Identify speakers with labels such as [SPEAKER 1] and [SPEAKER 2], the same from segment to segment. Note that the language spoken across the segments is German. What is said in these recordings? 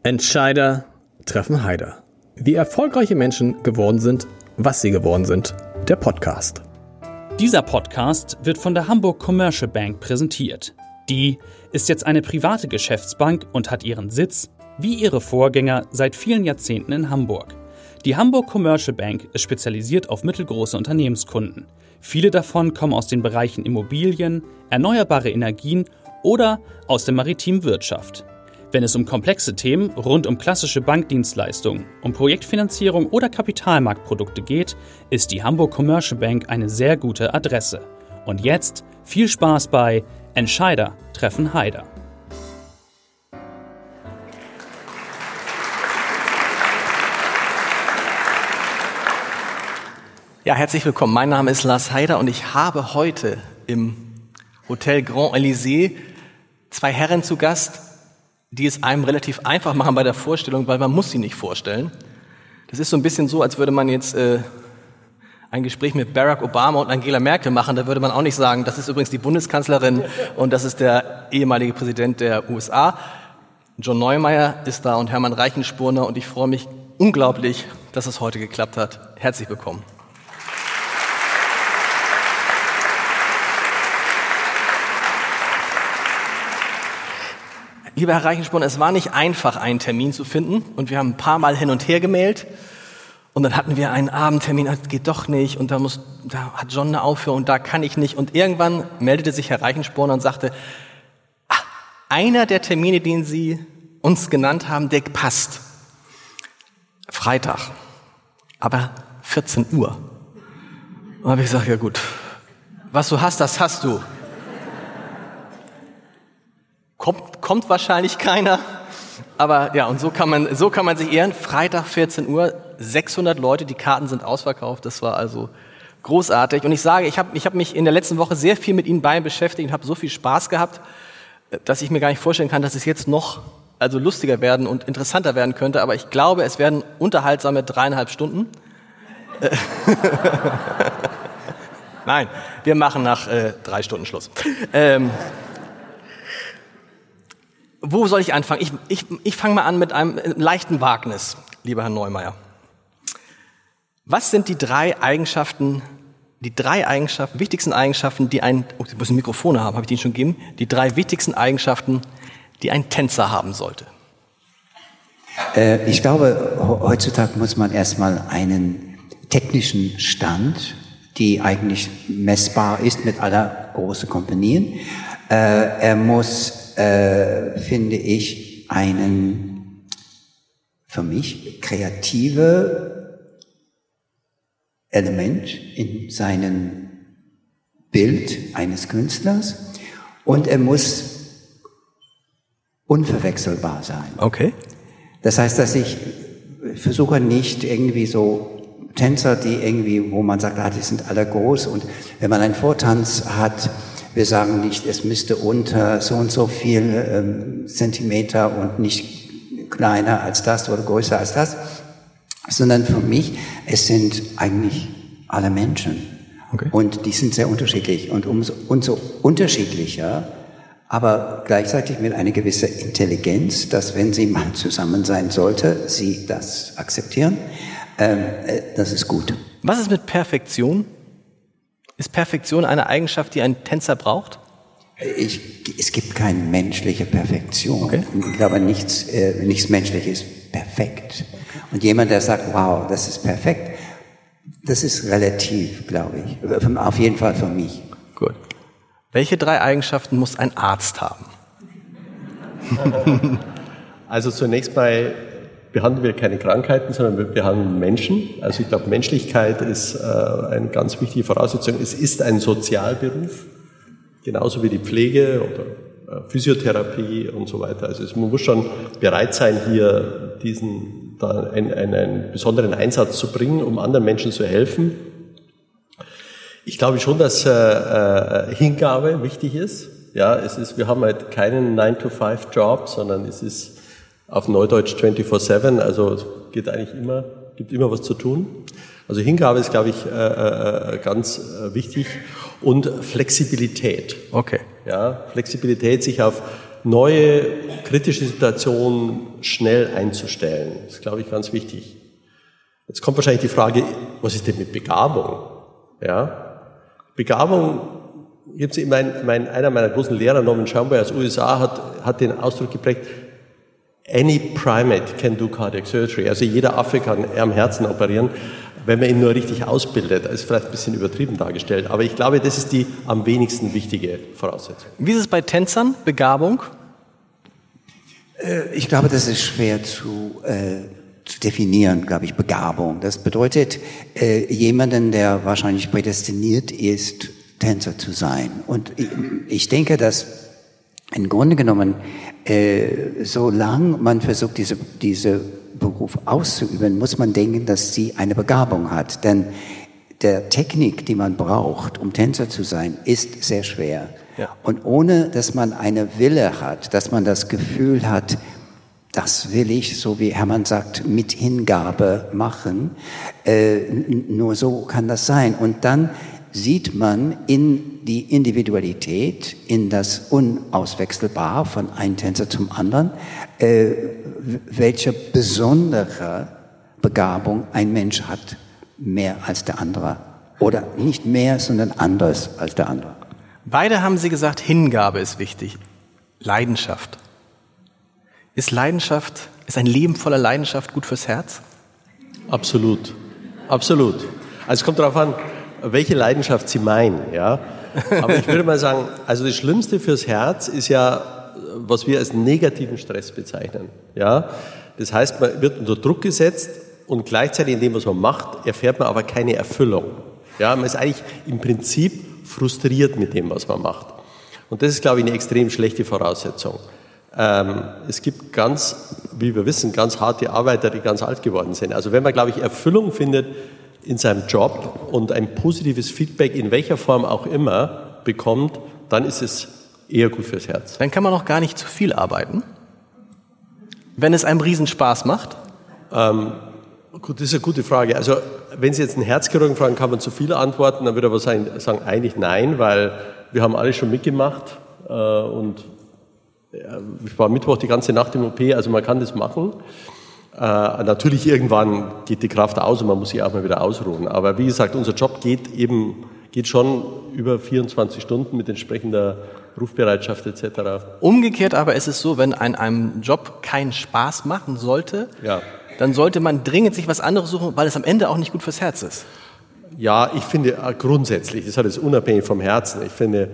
[SPEAKER 1] Entscheider treffen Heider. Wie erfolgreiche Menschen geworden sind, was sie geworden sind. Der Podcast.
[SPEAKER 2] Dieser Podcast wird von der Hamburg Commercial Bank präsentiert. Die ist jetzt eine private Geschäftsbank und hat ihren Sitz, wie ihre Vorgänger, seit vielen Jahrzehnten in Hamburg. Die Hamburg Commercial Bank ist spezialisiert auf mittelgroße Unternehmenskunden. Viele davon kommen aus den Bereichen Immobilien, erneuerbare Energien oder aus der maritimen Wirtschaft. Wenn es um komplexe Themen rund um klassische Bankdienstleistungen, um Projektfinanzierung oder Kapitalmarktprodukte geht, ist die Hamburg Commercial Bank eine sehr gute Adresse. Und jetzt viel Spaß bei Entscheider treffen Heider.
[SPEAKER 3] Ja, herzlich willkommen. Mein Name ist Lars Heider und ich habe heute im Hotel Grand Elysée zwei Herren zu Gast, die es einem relativ einfach machen bei der Vorstellung, weil man muss sie nicht vorstellen. Das ist so ein bisschen so, als würde man jetzt ein Gespräch mit Barack Obama und Angela Merkel machen. Da würde man auch nicht sagen, das ist übrigens die Bundeskanzlerin und das ist der ehemalige Präsident der USA. John Neumeier ist da und Hermann Reichenspurner und ich freue mich unglaublich, dass es heute geklappt hat. Herzlich willkommen. Lieber Herr Reichenspurner, es war nicht einfach, einen Termin zu finden und wir haben ein paar Mal hin und her gemailt und dann hatten wir einen Abendtermin, das geht doch nicht und da hat John eine Aufführung, da kann ich nicht und irgendwann meldete sich Herr Reichenspurner und sagte, einer der Termine, den Sie uns genannt haben, der passt. Freitag, aber 14 Uhr. Und dann habe ich gesagt, ja gut, was du hast, das hast du. Kommt wahrscheinlich keiner, aber ja, und so kann man sich ehren. Freitag 14 Uhr, 600 Leute, die Karten sind ausverkauft, das war also großartig. Und ich sage, ich hab mich in der letzten Woche sehr viel mit Ihnen beiden beschäftigt und habe so viel Spaß gehabt, dass ich mir gar nicht vorstellen kann, dass es jetzt noch lustiger werden und interessanter werden könnte, aber ich glaube, es werden unterhaltsame 3,5 Stunden. Nein, wir machen nach 3 Stunden Schluss. Wo soll ich anfangen? Ich fange mal an mit einem leichten Wagnis, lieber Herr Neumeier. Was sind die drei wichtigsten Eigenschaften, Sie müssen Mikrofone haben, habe ich die schon gegeben? Die 3 wichtigsten Eigenschaften, die ein Tänzer haben sollte.
[SPEAKER 4] Ich glaube, heutzutage muss man erstmal einen technischen Stand, die eigentlich messbar ist mit aller großen Kompanien. Er muss finde ich, einen für mich kreative Element in seinem Bild eines Künstlers und er muss unverwechselbar sein.
[SPEAKER 3] Okay.
[SPEAKER 4] Das heißt, dass ich versuche nicht irgendwie so Tänzer, die irgendwie, wo man sagt, die sind alle groß und wenn man einen Vortanz hat, wir sagen nicht, es müsste unter so und so viel Zentimeter und nicht kleiner als das oder größer als das, sondern für mich, es sind eigentlich alle Menschen. Okay. Und die sind sehr unterschiedlich und umso unterschiedlicher, aber gleichzeitig mit einer gewissen Intelligenz, dass wenn sie mal zusammen sein sollte, sie das akzeptieren, das ist gut.
[SPEAKER 3] Was ist mit Perfektion? Ist Perfektion eine Eigenschaft, die ein Tänzer braucht?
[SPEAKER 4] Es gibt keine menschliche Perfektion. Okay. Ich glaube, nichts Menschliches ist perfekt. Und jemand, der sagt, wow, das ist perfekt, das ist relativ, glaube ich. Auf jeden Fall für mich.
[SPEAKER 3] Gut. Welche 3 Eigenschaften muss ein Arzt haben?
[SPEAKER 5] Also zunächst mal behandeln wir keine Krankheiten, sondern wir behandeln Menschen. Also ich glaube, Menschlichkeit ist eine ganz wichtige Voraussetzung. Es ist ein Sozialberuf, genauso wie die Pflege oder Physiotherapie und so weiter. Also man muss schon bereit sein, hier einen besonderen Einsatz zu bringen, um anderen Menschen zu helfen. Ich glaube schon, dass Hingabe wichtig ist. Ja, wir haben halt keinen 9-to-5-Job, sondern es ist auf Neudeutsch 24/7, also es gibt immer was zu tun. Also Hingabe ist, glaube ich, ganz wichtig und Flexibilität.
[SPEAKER 3] Okay.
[SPEAKER 5] Ja, Flexibilität, sich auf neue kritische Situationen schnell einzustellen. Das ist, glaube ich, ganz wichtig. Jetzt kommt wahrscheinlich die Frage, was ist denn mit Begabung? Ja? Begabung, einer meiner großen Lehrer, Norman Schaumburg aus den USA, hat den Ausdruck geprägt, any primate can do cardiac surgery. Also jeder Affe kann am Herzen operieren, wenn man ihn nur richtig ausbildet. Das ist vielleicht ein bisschen übertrieben dargestellt, aber ich glaube, das ist die am wenigsten wichtige Voraussetzung.
[SPEAKER 3] Wie ist es bei Tänzern? Begabung?
[SPEAKER 4] Ich glaube, das ist schwer zu definieren, glaube ich, Begabung. Das bedeutet, jemanden, der wahrscheinlich prädestiniert ist, Tänzer zu sein. Und ich denke, dass im Grunde genommen, solange man versucht, diese Beruf auszuüben, muss man denken, dass sie eine Begabung hat. Denn der Technik, die man braucht, um Tänzer zu sein, ist sehr schwer. Ja. Und ohne, dass man eine Wille hat, dass man das Gefühl hat, das will ich, so wie Hermann sagt, mit Hingabe machen, nur so kann das sein. Und dann sieht man in die Individualität, in das Unauswechselbare von einem Tänzer zum anderen, welche besondere Begabung ein Mensch hat, mehr als der andere. Oder nicht mehr, sondern anders als der andere.
[SPEAKER 3] Beide haben Sie gesagt, Hingabe ist wichtig. Leidenschaft. Ist ein Leben voller Leidenschaft gut fürs Herz?
[SPEAKER 5] Absolut. Absolut. Also es kommt darauf an, welche Leidenschaft Sie meinen, ja. Aber ich würde mal sagen, also das Schlimmste fürs Herz ist ja, was wir als negativen Stress bezeichnen, ja. Das heißt, man wird unter Druck gesetzt und gleichzeitig in dem, was man macht, erfährt man aber keine Erfüllung. Ja, man ist eigentlich im Prinzip frustriert mit dem, was man macht. Und das ist, glaube ich, eine extrem schlechte Voraussetzung. Es gibt wie wir wissen, ganz harte Arbeiter, die ganz alt geworden sind. Also wenn man, glaube ich, Erfüllung findet in seinem Job und ein positives Feedback in welcher Form auch immer bekommt, dann ist es eher gut fürs Herz.
[SPEAKER 3] Dann kann man auch gar nicht zu viel arbeiten, wenn es einem Riesenspaß macht?
[SPEAKER 5] Gut, das ist eine gute Frage. Also wenn Sie jetzt einen Herzchirurgen fragen, kann man zu viel antworten, dann würde er wahrscheinlich sagen, eigentlich nein, weil wir haben alle schon mitgemacht und ich war Mittwoch die ganze Nacht im OP, also man kann das machen. Natürlich irgendwann geht die Kraft aus und man muss sich auch mal wieder ausruhen. Aber wie gesagt, unser Job geht schon über 24 Stunden mit entsprechender Rufbereitschaft etc.
[SPEAKER 3] Umgekehrt aber ist es so, wenn einem Job keinen Spaß machen sollte, dann sollte man dringend sich was anderes suchen, weil es am Ende auch nicht gut fürs Herz ist.
[SPEAKER 5] Ja, ich finde grundsätzlich, das hat es unabhängig vom Herzen, ich finde,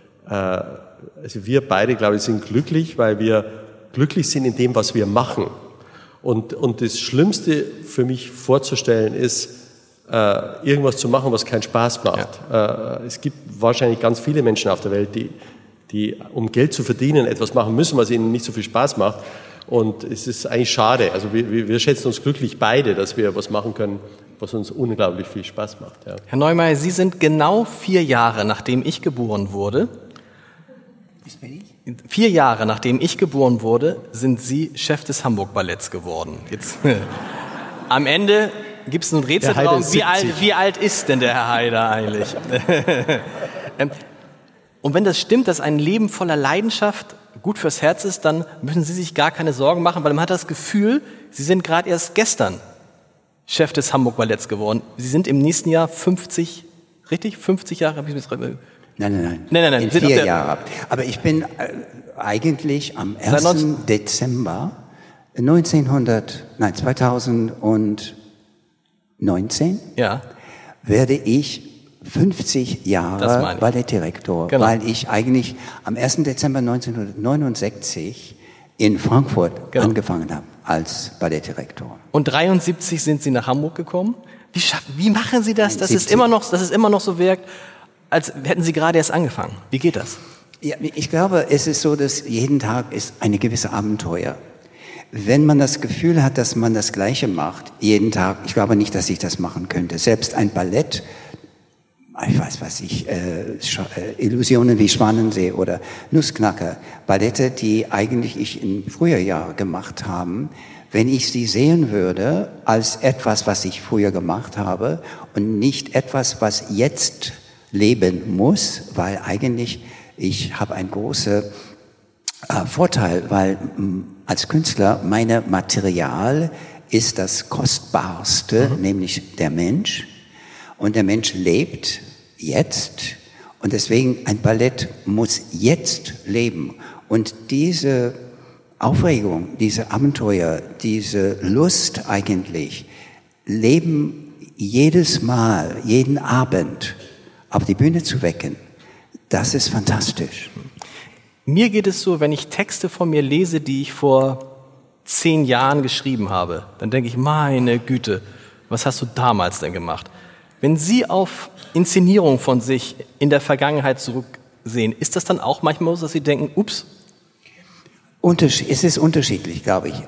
[SPEAKER 5] also wir beide, glaube ich, sind glücklich, weil wir glücklich sind in dem, was wir machen. Und das Schlimmste für mich vorzustellen ist, irgendwas zu machen, was keinen Spaß macht. Ja. Es gibt wahrscheinlich ganz viele Menschen auf der Welt, die um Geld zu verdienen etwas machen müssen, was ihnen nicht so viel Spaß macht. Und es ist eigentlich schade. Also wir schätzen uns glücklich beide, dass wir was machen können, was uns unglaublich viel Spaß macht. Ja.
[SPEAKER 3] Herr Neumeier, Sie sind genau 4 Jahre, nachdem ich geboren wurde, 4 Jahre nachdem ich geboren wurde, sind Sie Chef des Hamburg Balletts geworden. Jetzt, am Ende gibt es einen Rätselraum. Wie alt ist denn der Herr Haider eigentlich? Und wenn das stimmt, dass ein Leben voller Leidenschaft gut fürs Herz ist, dann müssen Sie sich gar keine Sorgen machen, weil man hat das Gefühl, Sie sind gerade erst gestern Chef des Hamburg Balletts geworden. Sie sind im nächsten Jahr 50, richtig? 50 Jahre? Habe ich mir
[SPEAKER 4] Nein. In 4 Jahren. Aber ich bin eigentlich am 1. Dezember 2019 werde ich 50 Jahre Ballettdirektor, weil ich eigentlich am 1. Dezember 1969 in Frankfurt angefangen habe als Ballettdirektor.
[SPEAKER 3] Und 73 sind Sie nach Hamburg gekommen. Wie machen Sie das, dass es immer noch so wirkt, als hätten Sie gerade erst angefangen? Wie geht das?
[SPEAKER 4] Ja, ich glaube, es ist so, dass jeden Tag ist eine gewisse Abenteuer. Wenn man das Gefühl hat, dass man das Gleiche macht, jeden Tag, ich glaube nicht, dass ich das machen könnte. Selbst ein Ballett, ich weiß was Illusionen wie Schwanensee oder Nussknacker, Ballette, die eigentlich ich in früher Jahren gemacht habe, wenn ich sie sehen würde als etwas, was ich früher gemacht habe und nicht etwas, was jetzt leben muss, weil eigentlich ich habe eine große Vorteil, weil als Künstler meine Material ist das Kostbarste, nämlich der Mensch. Und der Mensch lebt jetzt. Und deswegen ein Ballett muss jetzt leben. Und diese Aufregung, diese Abenteuer, diese Lust eigentlich, leben jedes Mal, jeden Abend auf die Bühne zu wecken, das ist fantastisch.
[SPEAKER 3] Mir geht es so, wenn ich Texte von mir lese, die ich vor 10 Jahren geschrieben habe, dann denke ich, meine Güte, was hast du damals denn gemacht? Wenn Sie auf Inszenierungen von sich in der Vergangenheit zurücksehen, ist das dann auch manchmal so, dass Sie denken, ups?
[SPEAKER 4] Es ist unterschiedlich, glaube ich.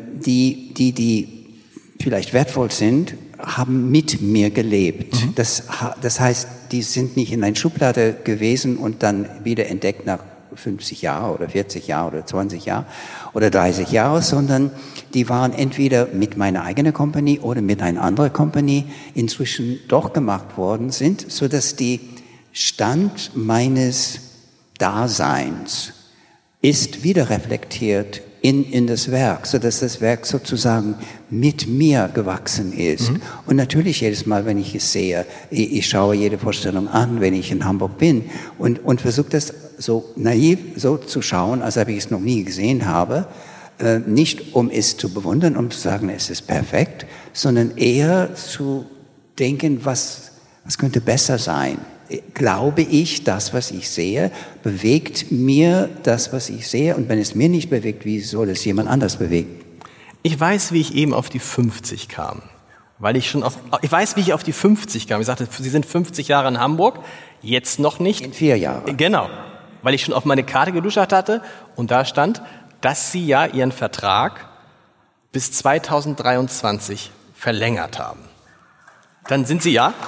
[SPEAKER 4] Die vielleicht wertvoll sind, haben mit mir gelebt. Das heißt, die sind nicht in einer Schublade gewesen und dann wieder entdeckt nach 50 Jahren oder 40 Jahren oder 20 Jahren oder 30 Jahren, sondern die waren entweder mit meiner eigenen Company oder mit einer anderen Company inzwischen doch gemacht worden sind, so dass die Stand meines Daseins ist wieder reflektiert in das Werk, so dass das Werk sozusagen mit mir gewachsen ist. Und natürlich jedes Mal, wenn ich es sehe, ich schaue jede Vorstellung an, wenn ich in Hamburg bin und versuche das so naiv so zu schauen, als ob ich es noch nie gesehen habe, nicht um es zu bewundern, um zu sagen, es ist perfekt, sondern eher zu denken, was könnte besser sein. Glaube ich, das, was ich sehe, bewegt mir das, was ich sehe? Und wenn es mir nicht bewegt, wie soll es jemand anders bewegen?
[SPEAKER 3] Ich weiß, wie ich eben auf die 50 kam. Ich weiß, wie ich auf die 50 kam. Ich sagte, Sie sind 50 Jahre in Hamburg, jetzt noch nicht.
[SPEAKER 4] In 4 Jahren.
[SPEAKER 3] Genau, weil ich schon auf meine Karte geluschert hatte und da stand, dass Sie ja Ihren Vertrag bis 2023 verlängert haben. Dann sind Sie ja...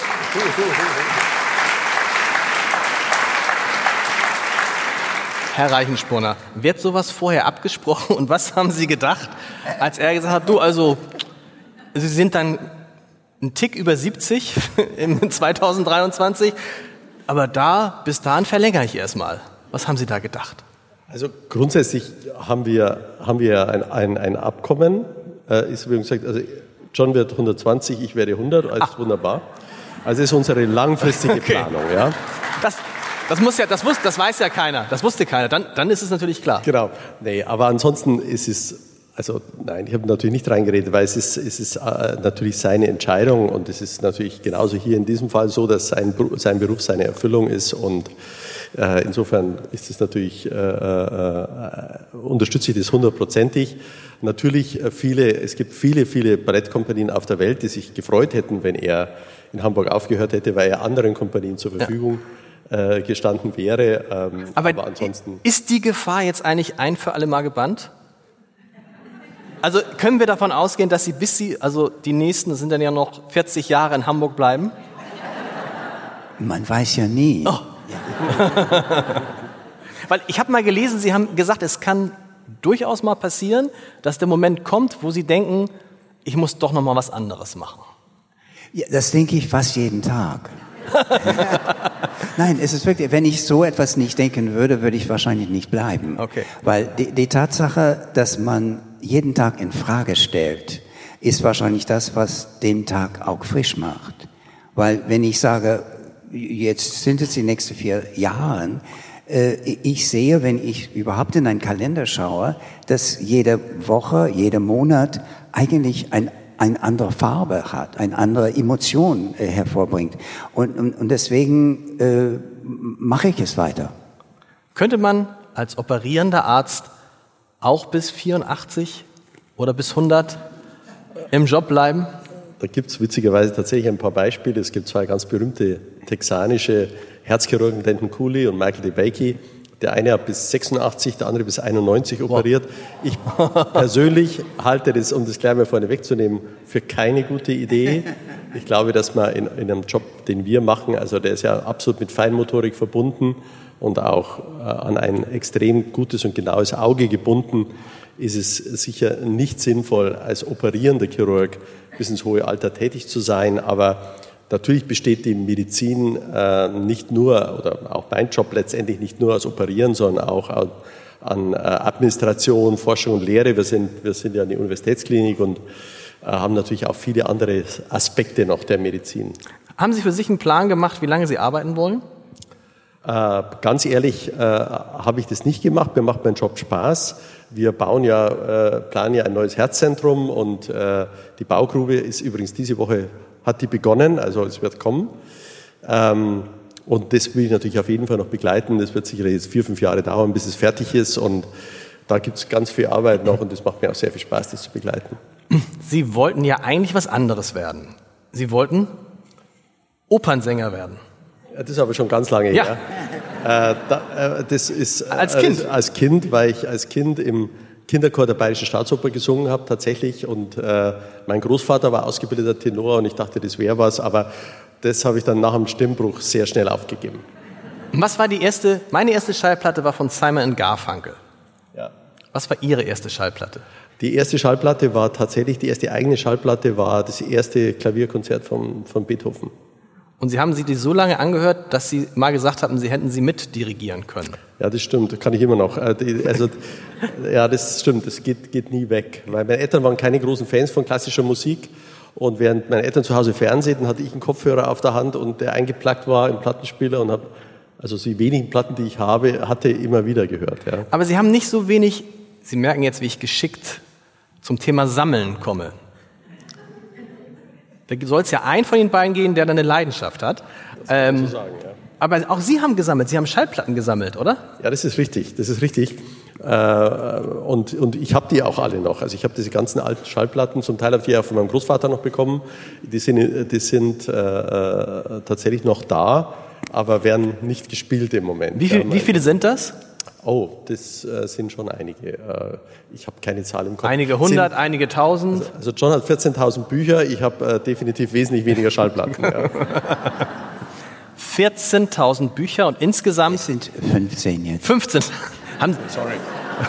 [SPEAKER 3] Herr Reichensporner, wird sowas vorher abgesprochen und was haben Sie gedacht, als er gesagt hat, Sie sind dann einen Tick über 70 im 2023, aber bis dahin verlängere ich erstmal. Was haben Sie da gedacht?
[SPEAKER 5] Also grundsätzlich haben wir ein Abkommen, ist übrigens gesagt, also John wird 120, ich werde 100, alles wunderbar. Also ist unsere langfristige Planung, ja.
[SPEAKER 3] Das weiß ja keiner. Das wusste keiner. Dann ist es natürlich klar.
[SPEAKER 5] Genau. Nee, aber ansonsten ist es, also nein, ich habe natürlich nicht reingeredet, weil es ist natürlich seine Entscheidung und es ist natürlich genauso hier in diesem Fall so, dass sein Beruf seine Erfüllung ist und insofern ist es natürlich, unterstütze ich das 100%ig. Natürlich es gibt viele Ballettkompanien auf der Welt, die sich gefreut hätten, wenn er in Hamburg aufgehört hätte, weil er anderen Kompanien zur Verfügung gestanden wäre. Aber ansonsten.
[SPEAKER 3] Ist die Gefahr jetzt eigentlich ein für alle Mal gebannt? Also können wir davon ausgehen, dass Sie also die nächsten sind dann ja noch 40 Jahre in Hamburg bleiben?
[SPEAKER 4] Man weiß ja nie.
[SPEAKER 3] Oh. Weil ich habe mal gelesen, Sie haben gesagt, es kann durchaus mal passieren, dass der Moment kommt, wo Sie denken, ich muss doch noch mal was anderes machen.
[SPEAKER 4] Ja, das denke ich fast jeden Tag. Nein, es ist wirklich, wenn ich so etwas nicht denken würde, würde ich wahrscheinlich nicht bleiben.
[SPEAKER 3] Okay.
[SPEAKER 4] Weil die Tatsache, dass man jeden Tag in Frage stellt, ist wahrscheinlich das, was den Tag auch frisch macht. Weil wenn ich sage, jetzt sind es die nächsten 4 Jahre, ich sehe, wenn ich überhaupt in einen Kalender schaue, dass jede Woche, jeder Monat eigentlich eine andere Farbe hat, eine andere Emotion hervorbringt. Und deswegen mache ich es weiter.
[SPEAKER 3] Könnte man als operierender Arzt auch bis 84 oder bis 100 im Job bleiben?
[SPEAKER 5] Da gibt es witzigerweise tatsächlich ein paar Beispiele. Es gibt 2 ganz berühmte texanische Herzchirurgen, Denton Cooley und Michael DeBakey. Der eine hat bis 86, der andere bis 91 operiert. Ich persönlich halte das, um das gleich mal vorne wegzunehmen, für keine gute Idee. Ich glaube, dass man in einem Job, den wir machen, also der ist ja absolut mit Feinmotorik verbunden und auch an ein extrem gutes und genaues Auge gebunden, ist es sicher nicht sinnvoll, als operierender Chirurg bis ins hohe Alter tätig zu sein, aber natürlich besteht die Medizin nicht nur, oder auch mein Job letztendlich nicht nur aus Operieren, sondern auch Administration, Forschung und Lehre. Wir sind ja eine Universitätsklinik und haben natürlich auch viele andere Aspekte noch der Medizin.
[SPEAKER 3] Haben Sie für sich einen Plan gemacht, wie lange Sie arbeiten wollen?
[SPEAKER 5] Ganz ehrlich habe ich das nicht gemacht. Mir macht mein Job Spaß. Wir planen ja ein neues Herzzentrum und die Baugrube ist übrigens diese Woche, hat die begonnen, also es wird kommen. Und das will ich natürlich auf jeden Fall noch begleiten. Das wird sicher jetzt 4-5 Jahre dauern, bis es fertig ist und da gibt es ganz viel Arbeit noch und das macht mir auch sehr viel Spaß, das zu begleiten.
[SPEAKER 3] Sie wollten ja eigentlich was anderes werden. Sie wollten Opernsänger werden.
[SPEAKER 5] Ja, das ist aber schon ganz lange her. Das ist
[SPEAKER 3] als Kind?
[SPEAKER 5] Als Kind, weil ich als Kind im Kinderchor der Bayerischen Staatsoper gesungen habe tatsächlich und mein Großvater war ausgebildeter Tenor und ich dachte, das wäre was, aber das habe ich dann nach dem Stimmbruch sehr schnell aufgegeben.
[SPEAKER 3] Was war meine erste Schallplatte war von Simon & Garfunkel.
[SPEAKER 5] Ja.
[SPEAKER 3] Was war Ihre erste Schallplatte?
[SPEAKER 5] Die erste Schallplatte war tatsächlich, die erste eigene Schallplatte war das erste Klavierkonzert von Beethoven.
[SPEAKER 3] Und Sie haben sie die so lange angehört, dass Sie mal gesagt hatten, Sie hätten sie mitdirigieren können.
[SPEAKER 5] Ja, das stimmt, das kann ich immer noch. Ja, das stimmt, das geht nie weg. Weil meine Eltern waren keine großen Fans von klassischer Musik. Und während meine Eltern zu Hause fernsehten, hatte ich einen Kopfhörer auf der Hand und der eingepluggt war im Plattenspieler und habe also die wenigen Platten, die ich hatte immer wieder gehört. Ja.
[SPEAKER 3] Aber Sie haben nicht so wenig, Sie merken jetzt, wie ich geschickt zum Thema Sammeln komme. Da soll es ja einen von den beiden gehen, der da eine Leidenschaft hat.
[SPEAKER 5] Das kann man so sagen, ja.
[SPEAKER 3] Aber auch Sie haben gesammelt, Sie haben Schallplatten gesammelt, oder?
[SPEAKER 5] Ja, das ist richtig. Und ich habe die auch alle noch. Also ich habe diese ganzen alten Schallplatten, zum Teil habe ich die auch von meinem Großvater noch bekommen. Die sind tatsächlich noch da, aber werden nicht gespielt im Moment.
[SPEAKER 3] Wie viele sind das?
[SPEAKER 5] Oh, das sind schon einige. Ich habe keine Zahl im Kopf.
[SPEAKER 3] Einige 100, einige 1000?
[SPEAKER 5] Also John hat 14.000 Bücher, ich habe definitiv wesentlich weniger Schallplatten. Ja.
[SPEAKER 3] 14.000 Bücher und insgesamt...
[SPEAKER 4] Es sind 15 jetzt.
[SPEAKER 3] 15. Sorry.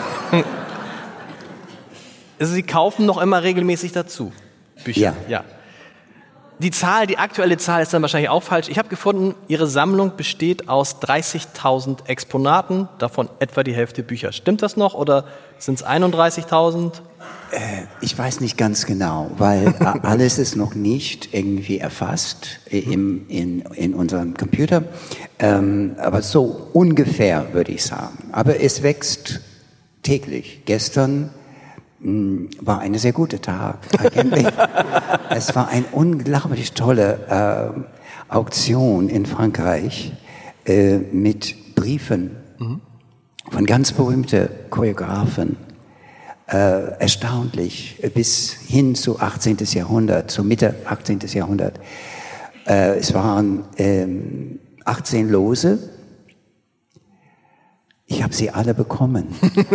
[SPEAKER 3] Also Sie kaufen noch immer regelmäßig dazu Bücher?
[SPEAKER 4] Ja.
[SPEAKER 3] Die aktuelle Zahl ist dann wahrscheinlich auch falsch. Ich habe gefunden, Ihre Sammlung besteht aus 30.000 Exponaten, davon etwa die Hälfte Bücher. Stimmt das noch oder sind es 31.000?
[SPEAKER 4] Ich weiß nicht ganz genau, weil alles ist noch nicht irgendwie erfasst in unserem Computer. Aber so ungefähr würde ich sagen. Aber es wächst täglich. Gestern war ein sehr guter Tag. Es war eine unglaublich tolle Auktion in Frankreich mit Briefen von ganz berühmten Choreografen. Erstaunlich, bis hin zu 18. Jahrhundert, zu Mitte 18. Jahrhundert. Es waren 18 Lose. Ich habe sie alle bekommen.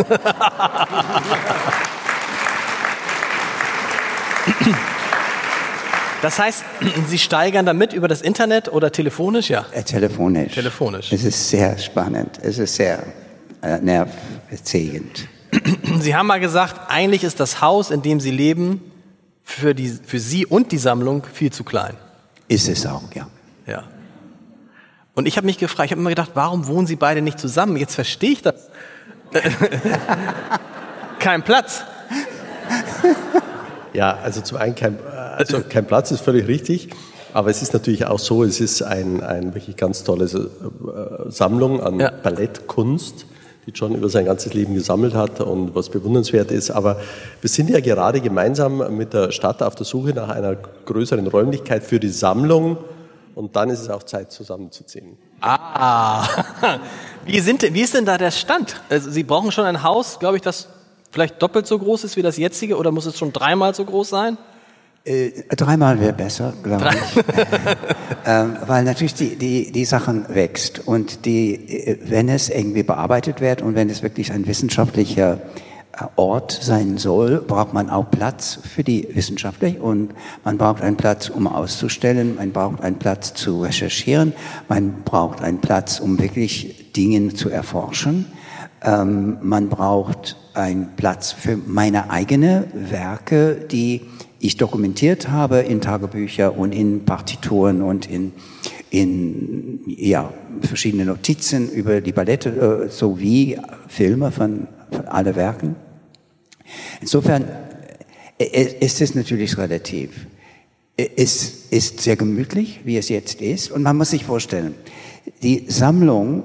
[SPEAKER 3] Das heißt, Sie steigern damit über das Internet oder telefonisch? Ja.
[SPEAKER 4] Telefonisch.
[SPEAKER 3] Telefonisch.
[SPEAKER 4] Es ist sehr spannend. Es ist sehr nervenzerrend.
[SPEAKER 3] Sie haben mal gesagt, eigentlich ist das Haus, in dem Sie leben, für Sie und die Sammlung viel zu klein.
[SPEAKER 4] Ist es auch, ja.
[SPEAKER 3] Ja. Und ich habe mich gefragt, ich habe immer gedacht, warum wohnen Sie beide nicht zusammen? Jetzt verstehe ich das. Kein Platz.
[SPEAKER 5] Ja, also zum einen kein Platz ist völlig richtig, aber es ist natürlich auch so, es ist eine wirklich ganz tolle Sammlung an Ballettkunst, die John über sein ganzes Leben gesammelt hat und was bewundernswert ist. Aber wir sind ja gerade gemeinsam mit der Stadt auf der Suche nach einer größeren Räumlichkeit für die Sammlung und dann ist es auch Zeit, zusammenzuziehen.
[SPEAKER 3] Wie ist denn da der Stand? Also Sie brauchen schon ein Haus, glaube ich, das vielleicht doppelt so groß ist wie das jetzige oder muss es schon 3-mal so groß sein?
[SPEAKER 4] 3-mal wäre besser, glaube ich. Weil natürlich die Sachen wächst und wenn es irgendwie bearbeitet wird und wenn es wirklich ein wissenschaftlicher Ort sein soll, braucht man auch Platz für die Wissenschaftler und man braucht einen Platz, um auszustellen, man braucht einen Platz zu recherchieren, man braucht einen Platz, um wirklich Dinge zu erforschen. Man braucht einen Platz für meine eigenen Werke, die ich dokumentiert habe in Tagebücher und in Partituren und in in verschiedene Notizen über die Ballette sowie Filme von allen Werken. Insofern ist es natürlich relativ. Es ist sehr gemütlich, wie es jetzt ist. Und man muss sich vorstellen, die Sammlung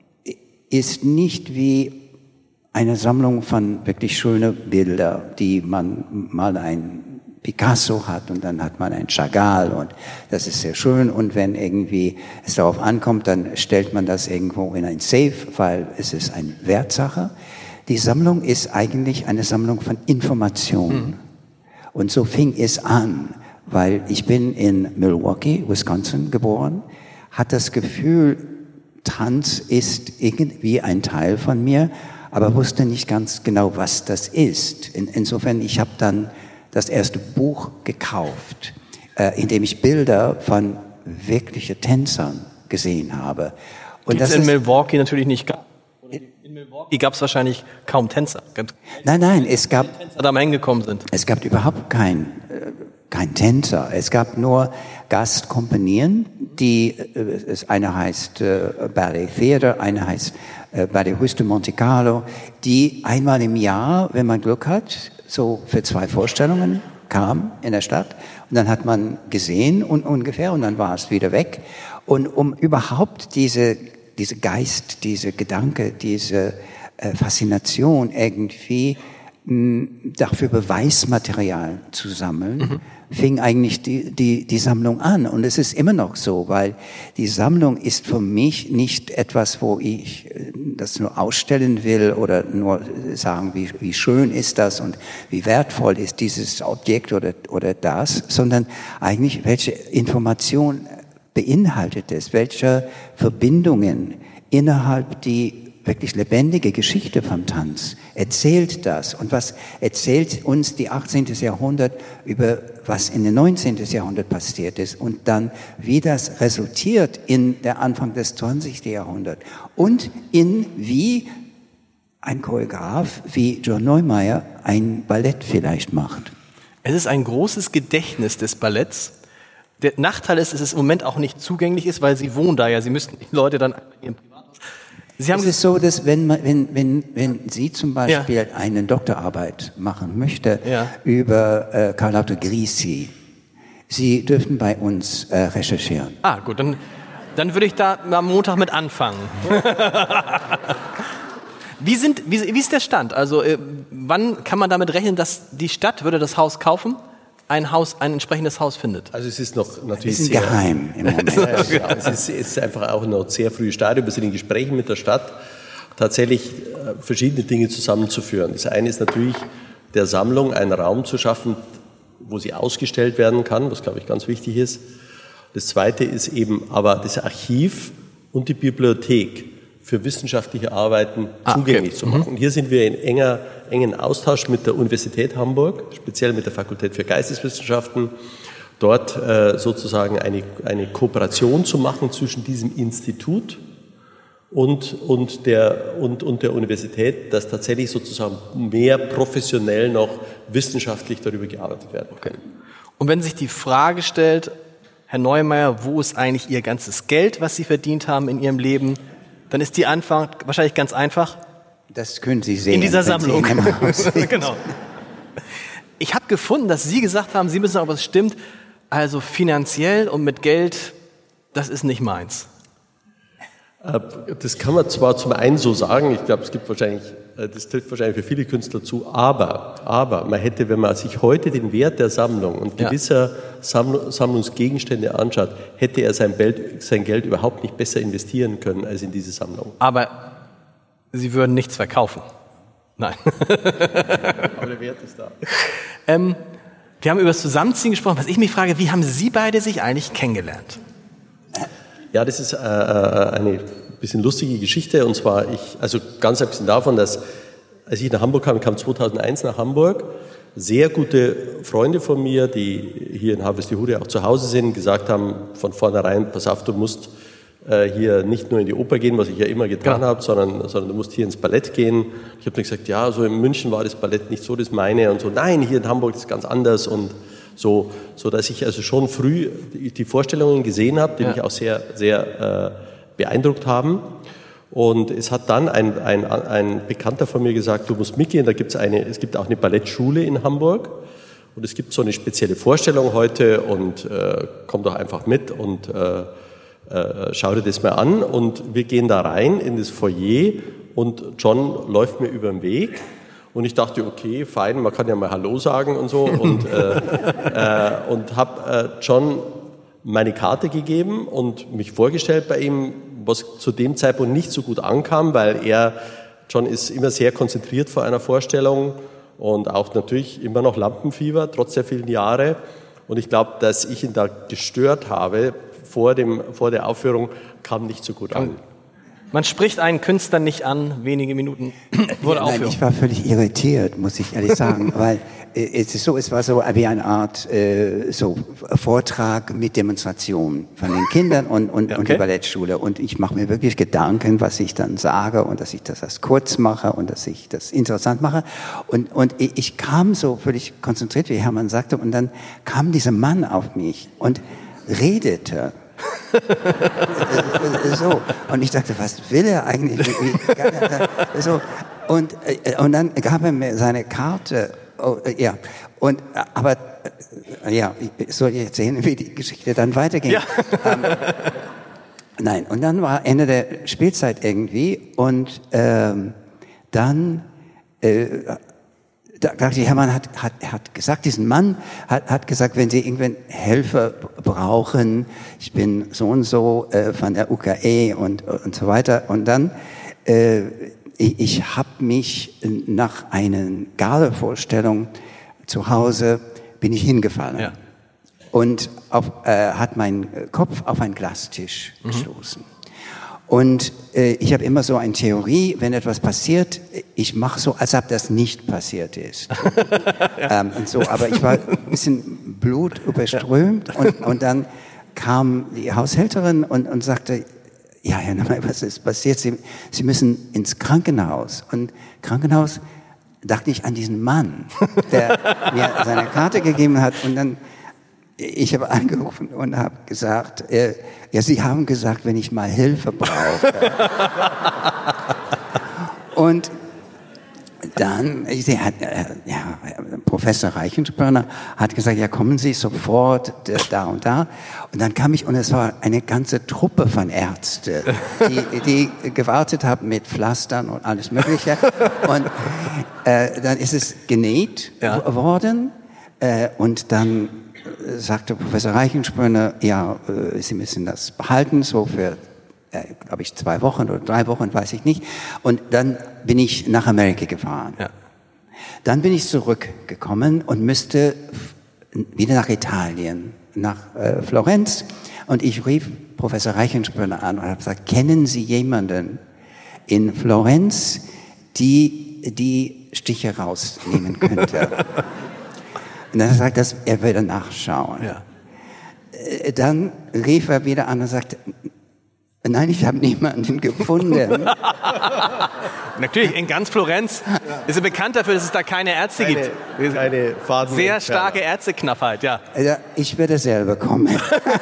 [SPEAKER 4] ist nicht wie eine Sammlung von wirklich schönen Bildern, die man mal ein Picasso hat und dann hat man ein Chagall und das ist sehr schön und wenn irgendwie es darauf ankommt, dann stellt man das irgendwo in ein Safe, weil es ist eine Wertsache. Die Sammlung ist eigentlich eine Sammlung von Informationen. Und so fing es an, weil ich bin in Milwaukee, Wisconsin geboren, hat das Gefühl, Tanz ist irgendwie ein Teil von mir, aber wusste nicht ganz genau, was das ist. Insofern, ich habe dann das erste Buch gekauft, in dem ich Bilder von wirklichen Tänzern gesehen habe.
[SPEAKER 3] Und das in Milwaukee natürlich nicht. In Milwaukee gab es wahrscheinlich kaum Tänzer.
[SPEAKER 4] Nein, es gab
[SPEAKER 3] Tänzer da mal hingekommen sind.
[SPEAKER 4] Es gab überhaupt kein Tänzer. Es gab nur Gastkompanien, die eine heißt Ballet Theater, eine heißt Ballet Russe de Monte Carlo, die einmal im Jahr, wenn man Glück hat, so für 2 Vorstellungen kam in der Stadt. Und dann hat man gesehen und ungefähr und dann war es wieder weg. Und um überhaupt diese Geist, diese Gedanke, diese Faszination irgendwie dafür Beweismaterial zu sammeln, fing eigentlich die Sammlung an. Und es ist immer noch so, weil die Sammlung ist für mich nicht etwas, wo ich das nur ausstellen will oder nur sagen, wie schön ist das und wie wertvoll ist dieses Objekt oder das, sondern eigentlich, welche Information beinhaltet es, welche Verbindungen innerhalb die wirklich lebendige Geschichte vom Tanz erzählt das. Und was erzählt uns die 18. Jahrhundert über was in den 19. Jahrhundert passiert ist und dann wie das resultiert in der Anfang des 20. Jahrhunderts und in wie ein Choreograf wie John Neumeier ein Ballett vielleicht macht.
[SPEAKER 3] Es ist ein großes Gedächtnis des Balletts. Der Nachteil ist, dass es im Moment auch nicht zugänglich ist, weil Sie wohnen da ja. Sie müssten die Leute dann in
[SPEAKER 4] Es ist so, dass wenn Sie zum Beispiel eine Doktorarbeit machen möchte über Karl Lauter Grisi, Sie dürften bei uns recherchieren.
[SPEAKER 3] Ah, gut, dann würde ich da am Montag mit anfangen. Wie ist der Stand? Also wann kann man damit rechnen, dass die Stadt würde das Haus kaufen? Ein entsprechendes Haus findet.
[SPEAKER 5] Also es ist noch natürlich
[SPEAKER 4] sehr geheim im Moment.
[SPEAKER 5] Es ist einfach auch noch sehr frühes Stadium. Wir sind in Gesprächen mit der Stadt, tatsächlich verschiedene Dinge zusammenzuführen. Das eine ist natürlich, der Sammlung einen Raum zu schaffen, wo sie ausgestellt werden kann, was, glaube ich, ganz wichtig ist. Das zweite ist eben aber das Archiv und die Bibliothek für wissenschaftliche Arbeiten zugänglich zu machen. Und hier sind wir in engen Austausch mit der Universität Hamburg, speziell mit der Fakultät für Geisteswissenschaften, dort sozusagen eine Kooperation zu machen zwischen diesem Institut und der Universität, dass tatsächlich sozusagen mehr professionell noch wissenschaftlich darüber gearbeitet werden kann.
[SPEAKER 3] Und wenn sich die Frage stellt, Herr Neumeier, wo ist eigentlich Ihr ganzes Geld, was Sie verdient haben in Ihrem Leben, dann ist die Antwort wahrscheinlich ganz einfach.
[SPEAKER 4] Das können Sie sehen.
[SPEAKER 3] In dieser Sammlung. Genau. Ich habe gefunden, dass Sie gesagt haben, Sie müssen sagen, was stimmt. Also finanziell und mit Geld, das ist nicht meins.
[SPEAKER 5] Das kann man zwar zum einen so sagen, ich glaube, das trifft wahrscheinlich für viele Künstler zu, aber man hätte, wenn man sich heute den Wert der Sammlung und gewisser Sammlungsgegenstände anschaut, hätte er sein Geld überhaupt nicht besser investieren können als in diese Sammlung.
[SPEAKER 3] Aber Sie würden nichts verkaufen. Nein.
[SPEAKER 5] Aber der Wert ist da.
[SPEAKER 3] Wir haben über das Zusammenziehen gesprochen. Was ich mich frage, wie haben Sie beide sich eigentlich kennengelernt?
[SPEAKER 5] Ja, das ist eine bisschen lustige Geschichte. Und zwar, ganz abgesehen davon, dass als ich nach Hamburg kam, ich kam 2001 nach Hamburg, sehr gute Freunde von mir, die hier in Harvestehude auch zu Hause sind, gesagt haben von vornherein, pass auf, du musst hier nicht nur in die Oper gehen, was ich ja immer getan habe, sondern du musst hier ins Ballett gehen. Ich habe dann gesagt, ja, so in München war das Ballett nicht so das meine und so. Nein, hier in Hamburg ist es ganz anders und So dass ich also schon früh die Vorstellungen gesehen habe, die mich auch sehr, sehr beeindruckt haben. Und es hat dann ein Bekannter von mir gesagt, du musst mitgehen, es gibt auch eine Ballettschule in Hamburg und es gibt so eine spezielle Vorstellung heute und komm doch einfach mit und schau dir das mal an. Und wir gehen da rein in das Foyer und John läuft mir über den Weg. Und ich dachte, okay, fein, man kann ja mal Hallo sagen und so. Und habe John meine Karte gegeben und mich vorgestellt bei ihm, was zu dem Zeitpunkt nicht so gut ankam, weil John ist immer sehr konzentriert vor einer Vorstellung und auch natürlich immer noch Lampenfieber, trotz der vielen Jahre. Und ich glaube, dass ich ihn da gestört habe vor der Aufführung, kam nicht so gut an.
[SPEAKER 3] Man spricht einen Künstler nicht an, wenige Minuten vor der Aufführung.
[SPEAKER 4] Nein, ich war völlig irritiert, muss ich ehrlich sagen, weil es war so wie eine Art Vortrag mit Demonstration von den Kindern und der Ballettschule. Und ich mache mir wirklich Gedanken, was ich dann sage und dass ich das kurz mache und dass ich das interessant mache. Und ich kam so völlig konzentriert, wie Hermann sagte, und dann kam dieser Mann auf mich und redete. So. Und ich dachte, was will er eigentlich? So. Und dann gab er mir seine Karte. Ich soll jetzt sehen, wie die Geschichte dann weiterging. Ja. Nein, und dann war Ende der Spielzeit irgendwie und dann da dachte ich, Hermann hat gesagt, diesen Mann hat gesagt, wenn Sie irgendwann Hilfe brauchen, ich bin so und so von der UKE und so weiter. Und dann, ich habe mich nach einer Gala-Vorstellung zu Hause, bin ich hingefallen. Ja. Und hat meinen Kopf auf einen Glastisch gestoßen. Und ich habe immer so eine Theorie, wenn etwas passiert, ich mache so, als ob das nicht passiert ist. Und so, aber ich war ein bisschen blutüberströmt und dann kam die Haushälterin und sagte, ja, Herr Neumann, was ist passiert? Sie müssen ins Krankenhaus. Und Krankenhaus dachte ich an diesen Mann, der mir seine Karte gegeben hat und dann ich habe angerufen und habe gesagt, ja, Sie haben gesagt, wenn ich mal Hilfe brauche. Und dann, Professor Reichenspörner hat gesagt, ja, kommen Sie sofort da und da. Und dann kam ich und es war eine ganze Truppe von Ärzten, die gewartet haben mit Pflastern und alles Mögliche. Und dann ist es genäht worden und dann sagte Professor Reichenspörner, ja, Sie müssen das behalten, so für, glaube ich, 2 Wochen oder 3 Wochen, weiß ich nicht. Und dann bin ich nach Amerika gefahren. Ja. Dann bin ich zurückgekommen und müsste wieder nach Italien, nach Florenz. Und ich rief Professor Reichenspörner an und habe gesagt, kennen Sie jemanden in Florenz, die Stiche rausnehmen könnte? Und dann sagt er, er würde nachschauen. Ja. Dann rief er wieder an und sagte, nein, ich habe niemanden gefunden.
[SPEAKER 3] Natürlich, in ganz Florenz ist er bekannt dafür, dass es da keine Ärzte gibt.
[SPEAKER 5] Keine Faden.
[SPEAKER 3] Sehr starke Ärzteknappheit, ja.
[SPEAKER 4] Also ich würde selber kommen.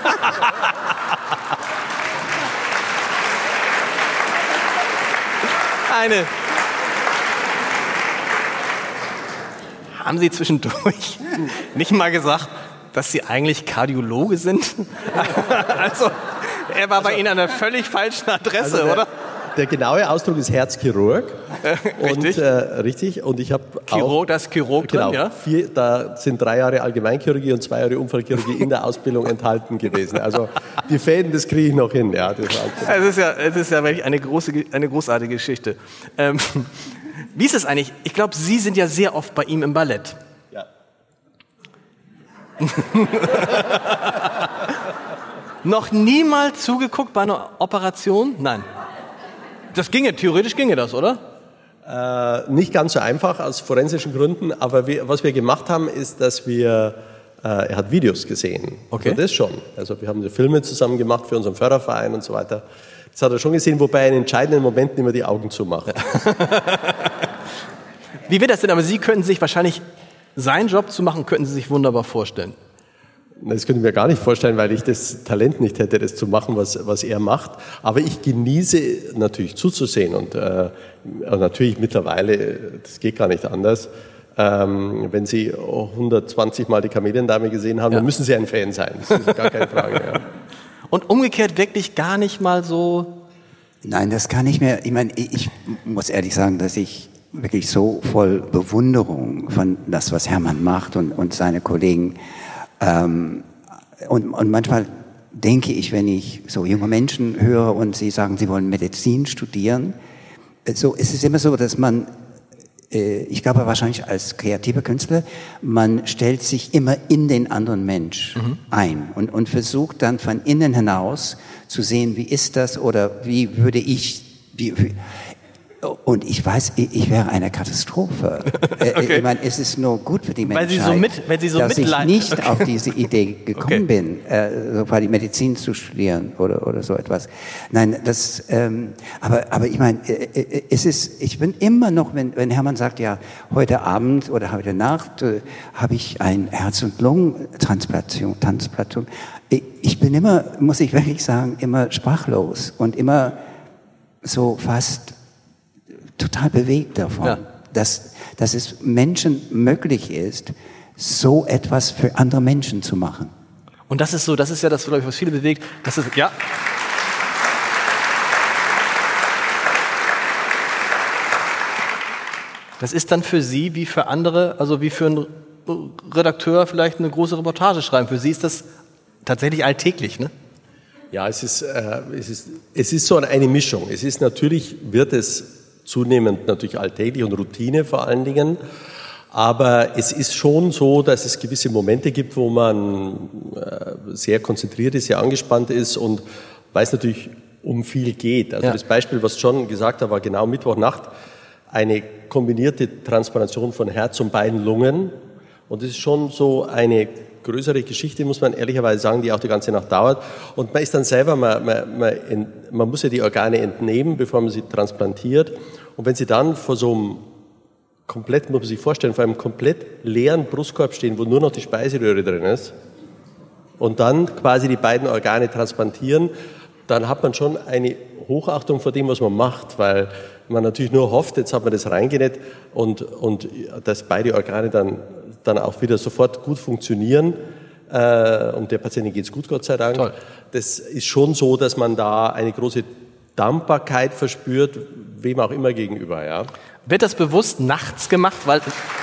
[SPEAKER 3] Haben Sie zwischendurch nicht mal gesagt, dass Sie eigentlich Kardiologe sind? Also, er war bei Ihnen an einer völlig falschen Adresse, oder?
[SPEAKER 5] Der genaue Ausdruck ist Herzchirurg.
[SPEAKER 3] Richtig.
[SPEAKER 5] Richtig. Und ich habe auch...
[SPEAKER 3] Das Chirurg drin, ja?
[SPEAKER 5] Da sind 3 Jahre Allgemeinchirurgie und 2 Jahre Unfallchirurgie in der Ausbildung enthalten gewesen. Also die Fäden, das kriege ich noch hin. Ja,
[SPEAKER 3] es ist ja wirklich eine großartige Geschichte. Wie ist es eigentlich? Ich glaube, Sie sind ja sehr oft bei ihm im Ballett.
[SPEAKER 5] Ja.
[SPEAKER 3] Noch nie mal zugeguckt bei einer Operation? Nein. Theoretisch ginge das, oder?
[SPEAKER 5] Nicht ganz so einfach aus forensischen Gründen, aber was wir gemacht haben, ist, dass er hat Videos gesehen.
[SPEAKER 3] Okay.
[SPEAKER 5] Also das schon. Also wir haben Filme zusammen gemacht für unseren Förderverein und so weiter. Das hat er schon gesehen, wobei er in entscheidenden Momenten immer die Augen zumacht.
[SPEAKER 3] Wie wird das denn? Aber Sie könnten sich wahrscheinlich, seinen Job zu machen, könnten Sie sich wunderbar vorstellen.
[SPEAKER 5] Das könnte ich mir gar nicht vorstellen, weil ich das Talent nicht hätte, das zu machen, was er macht. Aber ich genieße natürlich zuzusehen und natürlich mittlerweile, das geht gar nicht anders. Wenn Sie 120 Mal die Kameliendame gesehen haben, dann müssen Sie ein Fan sein. Das ist gar keine Frage. Ja.
[SPEAKER 3] Und umgekehrt wirklich gar nicht mal so...
[SPEAKER 4] Nein, das kann ich mir, ich meine, ich muss ehrlich sagen, dass ich wirklich so voll Bewunderung von das, was Hermann macht und seine Kollegen, und manchmal denke ich, wenn ich so junge Menschen höre und sie sagen, sie wollen Medizin studieren, so ist es immer so, dass man, ich glaube wahrscheinlich als kreativer Künstler, man stellt sich immer in den anderen Mensch ein und versucht dann von innen hinaus zu sehen, wie ist das oder wie würde ich, und ich weiß, ich wäre eine Katastrophe.
[SPEAKER 3] Okay.
[SPEAKER 4] Ich meine, es ist nur gut für die Menschheit,
[SPEAKER 3] weil Sie so
[SPEAKER 4] dass ich
[SPEAKER 3] mitleiden.
[SPEAKER 4] nicht auf diese Idee gekommen bin, so quasi Medizin zu studieren oder so etwas. Nein, das, aber ich meine, ich bin immer noch, wenn Hermann sagt, ja, heute Abend oder heute Nacht habe ich ein Herz- und Lungentransplantation. Ich bin immer, muss ich wirklich sagen, immer sprachlos und immer so fast total bewegt davon, dass es Menschen möglich ist, so etwas für andere Menschen zu machen.
[SPEAKER 3] Und das ist ja das, glaube ich, was viele bewegt. Das ist, ja. Das ist dann für Sie wie für andere, also wie für einen Redakteur vielleicht eine große Reportage schreiben. Für Sie ist das tatsächlich alltäglich, ne?
[SPEAKER 5] Ja, es ist so eine Mischung. Es ist natürlich, wird es zunehmend natürlich alltäglich und Routine vor allen Dingen. Aber es ist schon so, dass es gewisse Momente gibt, wo man sehr konzentriert ist, sehr angespannt ist und weil es natürlich um viel geht. Also das Beispiel, was John gesagt hat, war genau Mittwochnacht eine kombinierte Transplantation von Herz und beiden Lungen. Und es ist schon so eine größere Geschichte, muss man ehrlicherweise sagen, die auch die ganze Nacht dauert. Und man ist dann selber, man muss ja die Organe entnehmen, bevor man sie transplantiert. Und wenn Sie dann vor so einem komplett, muss man sich vorstellen, vor einem komplett leeren Brustkorb stehen, wo nur noch die Speiseröhre drin ist, und dann quasi die beiden Organe transplantieren, dann hat man schon eine Hochachtung vor dem, was man macht, weil man natürlich nur hofft, jetzt hat man das reingenäht und dass beide Organe dann auch wieder sofort gut funktionieren. Und der Patientin geht's gut, Gott sei Dank.
[SPEAKER 3] Toll.
[SPEAKER 5] Das ist schon so, dass man da eine große Dankbarkeit verspürt, wem auch immer gegenüber. Ja.
[SPEAKER 3] Wird das bewusst nachts gemacht, weil...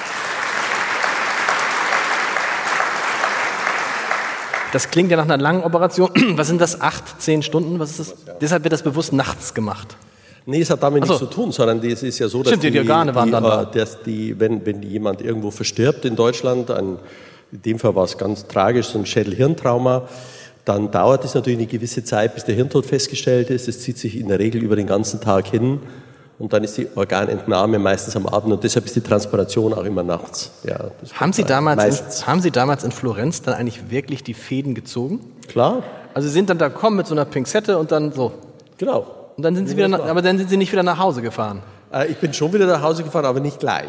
[SPEAKER 3] Das klingt ja nach einer langen Operation. Was sind das, 8, 10 Stunden? Was ist das? Ja. Deshalb wird das bewusst nachts gemacht.
[SPEAKER 5] Nee, es hat damit nichts zu tun, sondern es ist ja so, dass
[SPEAKER 3] die Organe waren dann da.
[SPEAKER 5] Wenn jemand irgendwo verstirbt in Deutschland, in dem Fall war es ganz tragisch, so ein Schädel-Hirntrauma, dann dauert es natürlich eine gewisse Zeit, bis der Hirntod festgestellt ist. Es zieht sich in der Regel über den ganzen Tag hin und dann ist die Organentnahme meistens am Abend und deshalb ist die Transplantation auch immer nachts. Ja,
[SPEAKER 3] haben Sie damals in Florenz dann eigentlich wirklich die Fäden gezogen?
[SPEAKER 5] Klar.
[SPEAKER 3] Also Sie sind dann da gekommen mit so einer Pinzette und dann so.
[SPEAKER 5] Genau.
[SPEAKER 3] Und dann sind Sie wieder, aber dann sind Sie nicht wieder nach Hause gefahren?
[SPEAKER 5] Ich bin schon wieder nach Hause gefahren, aber nicht gleich.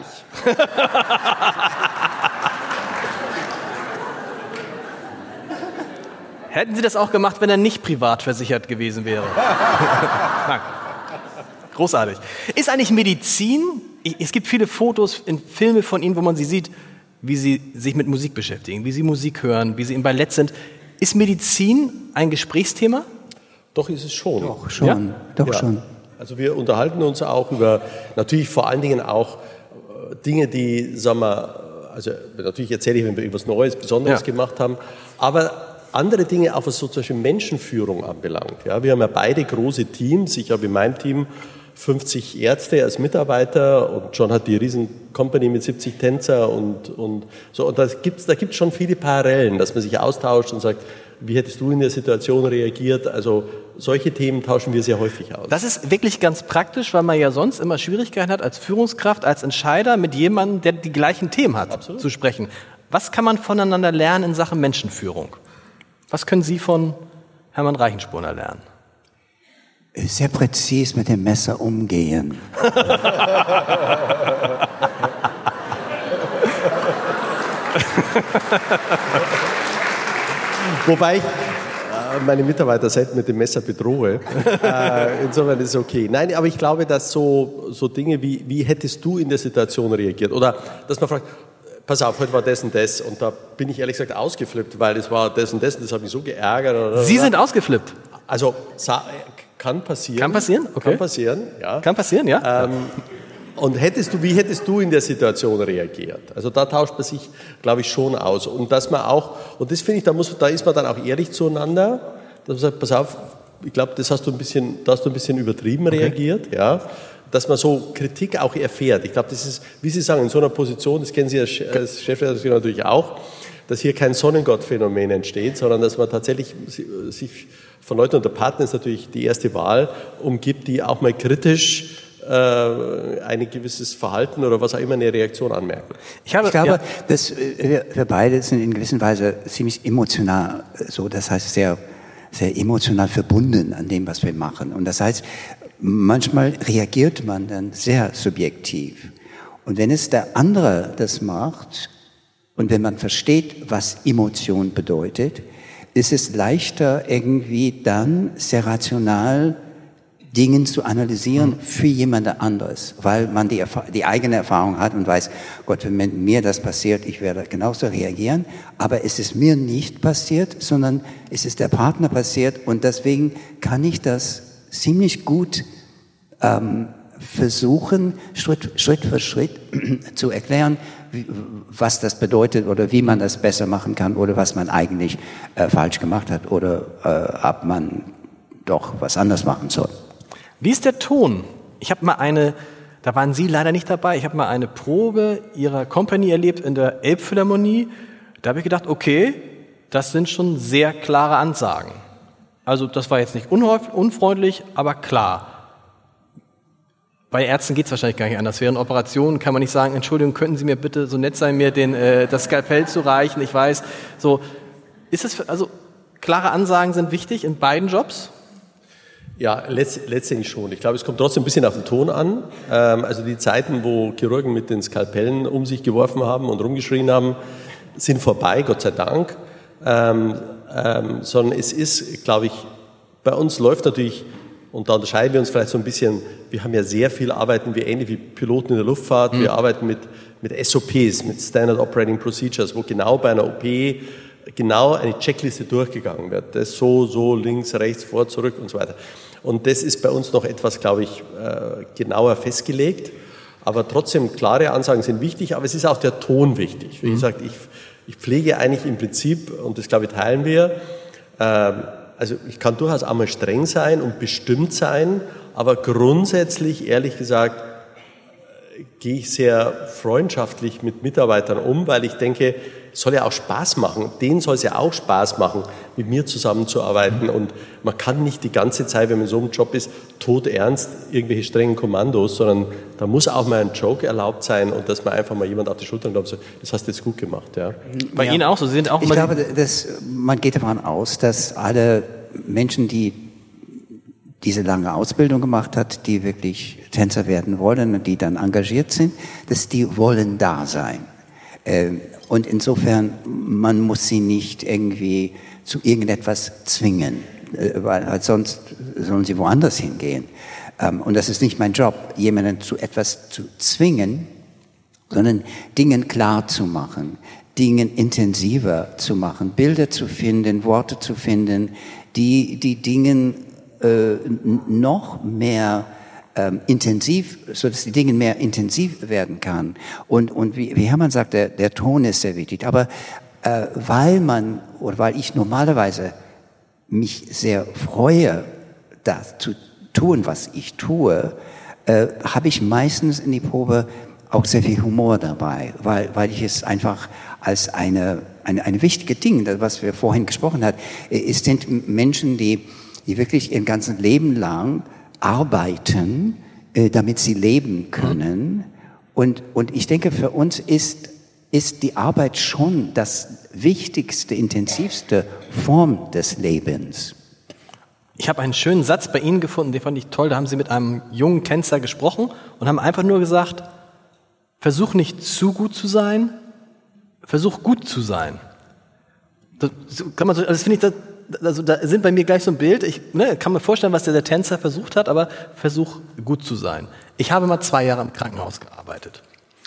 [SPEAKER 3] Hätten Sie das auch gemacht, wenn er nicht privat versichert gewesen wäre? Nein. Großartig. Ist eigentlich Medizin, es gibt viele Fotos, Filme von Ihnen, wo man sie sieht, wie Sie sich mit Musik beschäftigen, wie Sie Musik hören, wie Sie im Ballett sind. Ist Medizin ein Gesprächsthema?
[SPEAKER 5] Doch, ist es schon.
[SPEAKER 4] Doch schon, ja? Doch schon.
[SPEAKER 5] Also wir unterhalten uns auch über, natürlich vor allen Dingen auch Dinge, die, sagen wir, also natürlich erzähle ich, wenn wir etwas Neues, Besonderes gemacht haben, aber andere Dinge, auch was so zum Beispiel Menschenführung anbelangt. Ja, wir haben ja beide große Teams. Ich habe in meinem Team 50 Ärzte als Mitarbeiter und John hat die riesen Company mit 70 Tänzer und so. Und da gibt's schon viele Parallelen, dass man sich austauscht und sagt, wie hättest du in der Situation reagiert? Also solche Themen tauschen wir sehr häufig aus.
[SPEAKER 3] Das ist wirklich ganz praktisch, weil man ja sonst immer Schwierigkeiten hat, als Führungskraft, als Entscheider mit jemandem, der die gleichen Themen hat, zu sprechen. Was kann man voneinander lernen in Sachen Menschenführung? Was können Sie von Hermann Reichenspurner lernen?
[SPEAKER 4] Sehr präzis mit dem Messer umgehen.
[SPEAKER 5] Wobei ich meine Mitarbeiter selten mit dem Messer bedrohe. Insofern ist es okay. Nein, aber ich glaube, dass so Dinge wie hättest du in der Situation reagiert? Oder dass man fragt, pass auf, heute war das und das. Und da bin ich ehrlich gesagt ausgeflippt, weil es war das und das hat mich so geärgert.
[SPEAKER 3] Sie sind ausgeflippt?
[SPEAKER 5] Also kann passieren.
[SPEAKER 3] Kann passieren? Okay.
[SPEAKER 5] Kann passieren, ja.
[SPEAKER 3] Kann passieren, ja.
[SPEAKER 5] Und wie hättest du in der Situation reagiert? Also da tauscht man sich, glaube ich, schon aus. Und dass man auch, und das finde ich, da ist man dann auch ehrlich zueinander, dass man sagt, pass auf, ich glaube, da hast du ein bisschen übertrieben reagiert, ja. Dass man so Kritik auch erfährt. Ich glaube, das ist, wie Sie sagen, in so einer Position, das kennen Sie als Chefredakteur natürlich auch, dass hier kein Sonnengott-Phänomen entsteht, sondern dass man tatsächlich sich von Leuten, und der Partner ist natürlich die erste Wahl, umgibt, die auch mal kritisch ein gewisses Verhalten oder was auch immer eine Reaktion anmerken.
[SPEAKER 4] Ich glaube, dass wir beide sind in gewisser Weise ziemlich emotional, so, das heißt sehr, sehr emotional verbunden an dem, was wir machen. Und das heißt, manchmal reagiert man dann sehr subjektiv. Und wenn es der andere das macht und wenn man versteht, was Emotion bedeutet, ist es leichter irgendwie dann sehr rational Dingen zu analysieren für jemand anderes, weil man die eigene Erfahrung hat und weiß, Gott, wenn mir das passiert, ich werde genauso reagieren, aber es ist mir nicht passiert, sondern es ist der Partner passiert und deswegen kann ich das ziemlich gut versuchen, Schritt für Schritt zu erklären, was das bedeutet oder wie man das besser machen kann oder was man eigentlich falsch gemacht hat oder ob man doch was anders machen soll.
[SPEAKER 3] Wie ist der Ton? Ich habe mal da waren Sie leider nicht dabei, ich habe mal eine Probe Ihrer Company erlebt in der Elbphilharmonie. Da habe ich gedacht, okay, das sind schon sehr klare Ansagen. Also das war jetzt nicht unfreundlich, aber klar. Bei Ärzten geht es wahrscheinlich gar nicht anders. Während Operationen kann man nicht sagen, Entschuldigung, könnten Sie mir bitte so nett sein, mir das Skalpell zu reichen? Ich weiß, so ist es. Also klare Ansagen sind wichtig in beiden Jobs.
[SPEAKER 5] Ja, letztendlich schon. Ich glaube, es kommt trotzdem ein bisschen auf den Ton an. Also die Zeiten, wo Chirurgen mit den Skalpellen um sich geworfen haben und rumgeschrien haben, sind vorbei, Gott sei Dank. Sondern es ist, glaube ich, bei uns läuft natürlich, und da unterscheiden wir uns vielleicht so ein bisschen, wir haben ja sehr viel, arbeiten wir ähnlich wie Piloten in der Luftfahrt, wir arbeiten mit SOPs, mit Standard Operating Procedures, wo genau bei einer OP genau eine Checkliste durchgegangen wird. Das so, links, rechts, vor, zurück und so weiter. Und das ist bei uns noch etwas, glaube ich, genauer festgelegt. Aber trotzdem, klare Ansagen sind wichtig, aber es ist auch der Ton wichtig. Wie gesagt, ich pflege eigentlich im Prinzip, und das, glaube ich, teilen wir, also ich kann durchaus auch mal streng sein und bestimmt sein, aber grundsätzlich, ehrlich gesagt, gehe ich sehr freundschaftlich mit Mitarbeitern um, weil ich denke, es soll ja auch Spaß machen. Denen soll es ja auch Spaß machen, mit mir zusammenzuarbeiten. Und man kann nicht die ganze Zeit, wenn man in so einem Job ist, todernst irgendwelche strengen Kommandos, sondern da muss auch mal ein Joke erlaubt sein und dass man einfach mal jemand auf die Schulter klopft und sagt, das hast du jetzt gut gemacht. Ja.
[SPEAKER 3] Bei Ihnen auch so? Sie sind auch
[SPEAKER 4] ich glaube, man geht davon aus, dass alle Menschen, die diese lange Ausbildung gemacht hat, die wirklich Tänzer werden wollen und die dann engagiert sind, dass die wollen da sein. Und insofern, man muss sie nicht irgendwie zu irgendetwas zwingen, weil sonst sollen sie woanders hingehen. Und das ist nicht mein Job, jemanden zu etwas zu zwingen, sondern Dingen klar zu machen, Dingen intensiver zu machen, Bilder zu finden, Worte zu finden, die Dingen noch mehr intensiv, so dass die Dinge mehr intensiv werden kann. Und wie Hermann sagt, der Ton ist sehr wichtig. Aber weil ich normalerweise mich sehr freue, das zu tun, was ich tue, habe ich meistens in die Probe auch sehr viel Humor dabei, weil ich es einfach als eine wichtige Ding, was wir vorhin gesprochen haben, es sind Menschen, die wirklich ihr ganzes Leben lang arbeiten, damit sie leben können. Und ich denke, für uns ist die Arbeit schon das wichtigste, intensivste Form des Lebens.
[SPEAKER 3] Ich habe einen schönen Satz bei Ihnen gefunden, den fand ich toll. Da haben Sie mit einem jungen Tänzer gesprochen und haben einfach nur gesagt, versuch nicht zu gut zu sein, versuch gut zu sein. Das kann man so, das finde ich, also da sind bei mir gleich so ein Bild. Ich kann mir vorstellen, was der Tänzer versucht hat, aber versuch gut zu sein. Ich habe mal 2 Jahre im Krankenhaus gearbeitet.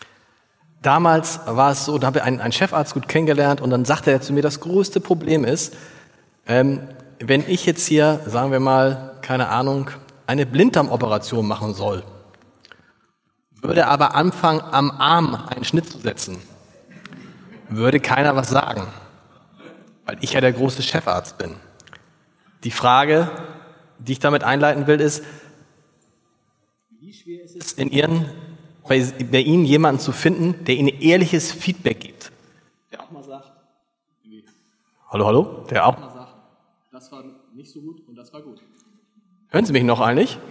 [SPEAKER 3] Damals war es so, da habe ich einen Chefarzt gut kennengelernt und dann sagte er zu mir, das größte Problem ist, wenn ich jetzt hier, sagen wir mal, keine Ahnung, eine Blinddarmoperation machen soll, würde aber anfangen, am Arm einen Schnitt zu setzen, würde keiner was sagen, weil ich ja der große Chefarzt bin. Die Frage, die ich damit einleiten will, ist, wie schwer ist es bei Ihnen jemanden zu finden, der Ihnen ehrliches Feedback gibt? Der auch mal sagt, hallo? Der auch mal sagt, das war nicht so gut und das war gut. Hören Sie mich noch eigentlich?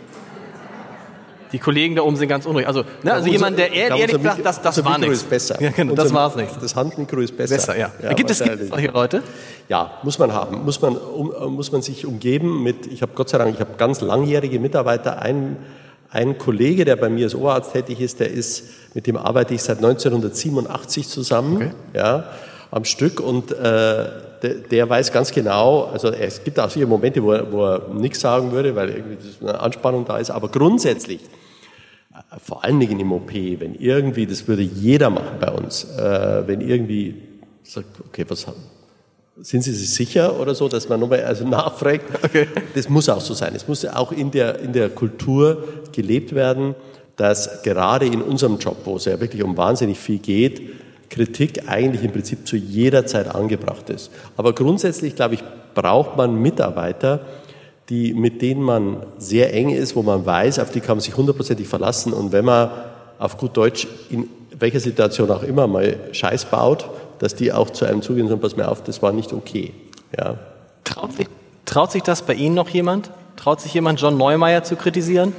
[SPEAKER 3] Die Kollegen da oben sind ganz unruhig. Also jemand, der ehrlich sagt, das war nichts.
[SPEAKER 5] Besser.
[SPEAKER 3] Ja, genau, das war es nicht.
[SPEAKER 5] Das Handmikro ist besser.
[SPEAKER 3] Ja. Gibt es solche Leute?
[SPEAKER 5] Ja, muss man haben. Muss man sich umgeben mit, ich habe ganz langjährige Mitarbeiter. Ein Kollege, der bei mir als Oberarzt tätig ist, mit dem arbeite ich seit 1987 zusammen, am Stück, und der weiß ganz genau, also es gibt auch viele Momente, wo er nichts sagen würde, weil irgendwie eine Anspannung da ist, aber grundsätzlich, vor allen Dingen im OP, wenn irgendwie, das würde jeder machen bei uns, wenn irgendwie sagt, okay, sind Sie sich sicher oder so, dass man nochmal nachfragt? Okay. Das muss auch so sein. Es muss auch in der Kultur gelebt werden, dass gerade in unserem Job, wo es ja wirklich um wahnsinnig viel geht, Kritik eigentlich im Prinzip zu jeder Zeit angebracht ist. Aber grundsätzlich, glaube ich, braucht man Mitarbeiter, mit denen man sehr eng ist, wo man weiß, auf die kann man sich 100%ig verlassen. Und wenn man auf gut Deutsch in welcher Situation auch immer mal Scheiß baut, dass die auch zu einem zugehen und sagen, pass mir auf, das war nicht okay. Ja.
[SPEAKER 3] Traut sich das bei Ihnen noch jemand? Traut sich jemand, John Neumeier zu kritisieren?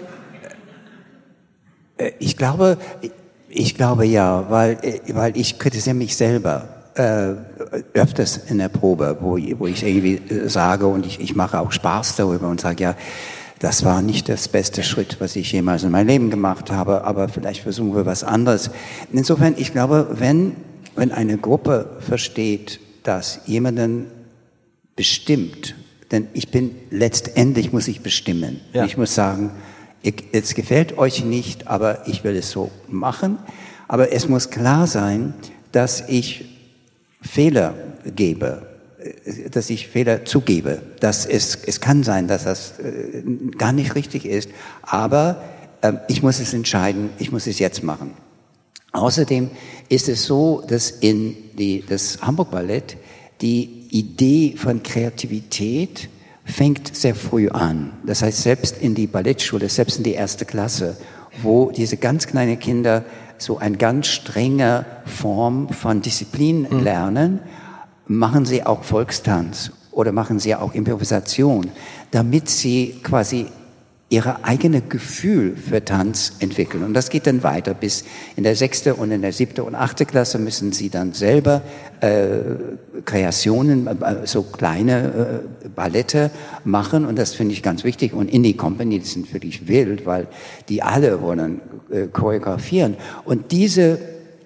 [SPEAKER 4] Ich glaube ja, weil ich kritisiere mich selber öfters in der Probe, wo ich irgendwie sage, und ich mache auch Spaß darüber und sage, ja, das war nicht das beste Schritt, was ich jemals in meinem Leben gemacht habe, aber vielleicht versuchen wir was anderes. Insofern, ich glaube, wenn eine Gruppe versteht, dass jemanden bestimmt, denn letztendlich muss ich bestimmen. Ja. Ich muss sagen, es gefällt euch nicht, aber ich will es so machen. Aber es muss klar sein, dass ich Fehler gebe, dass ich Fehler zugebe. Es kann sein, dass das gar nicht richtig ist, aber ich muss es entscheiden, ich muss es jetzt machen. Außerdem ist es so, dass das Hamburg Ballett die Idee von Kreativität fängt sehr früh an. Das heißt, selbst in die Ballettschule, selbst in die 1. Klasse, wo diese ganz kleinen Kinder so eine ganz strenge Form von Disziplin lernen, machen sie auch Volkstanz oder machen sie auch Improvisation, damit sie quasi ihre eigene Gefühl für Tanz entwickeln. Und das geht dann weiter bis in der 6. und in der 7. und 8. Klasse müssen sie dann selber Kreationen, so kleine Ballette machen. Und das finde ich ganz wichtig. Und Indie Company, die sind wirklich wild, weil die alle wollen choreografieren. Und diese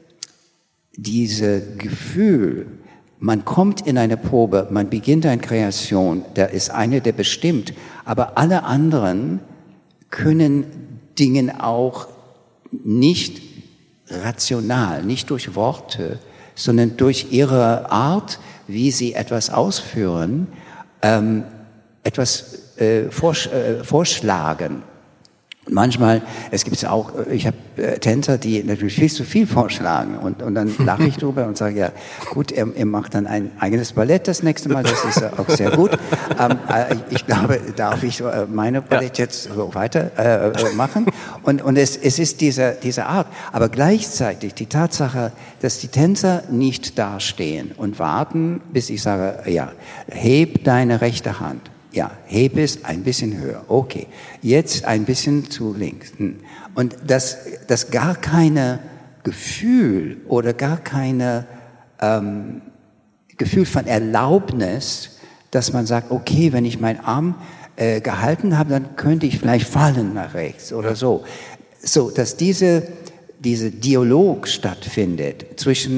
[SPEAKER 4] Gefühl, man kommt in eine Probe, man beginnt eine Kreation, da ist einer, der bestimmt, aber alle anderen können Dinge auch nicht rational, nicht durch Worte, sondern durch ihre Art, wie sie etwas ausführen, etwas vorschlagen. Und manchmal, es gibt auch, ich habe Tänzer, die natürlich viel zu viel vorschlagen und dann lache ich drüber und sage, ja gut, er macht dann ein eigenes Ballett das nächste Mal, das ist auch sehr gut. Ich glaube, darf ich meine Ballett jetzt so weiter machen? Und es ist diese Art. Aber gleichzeitig die Tatsache, dass die Tänzer nicht dastehen und warten, bis ich sage, ja, heb deine rechte Hand. Ja, heb es ein bisschen höher. Okay, jetzt ein bisschen zu links. Und das gar keine Gefühl oder gar keine Gefühl von Erlaubnis, dass man sagt, okay, wenn ich meinen Arm gehalten habe, dann könnte ich vielleicht fallen nach rechts oder so. So, dass diese Dialog stattfindet zwischen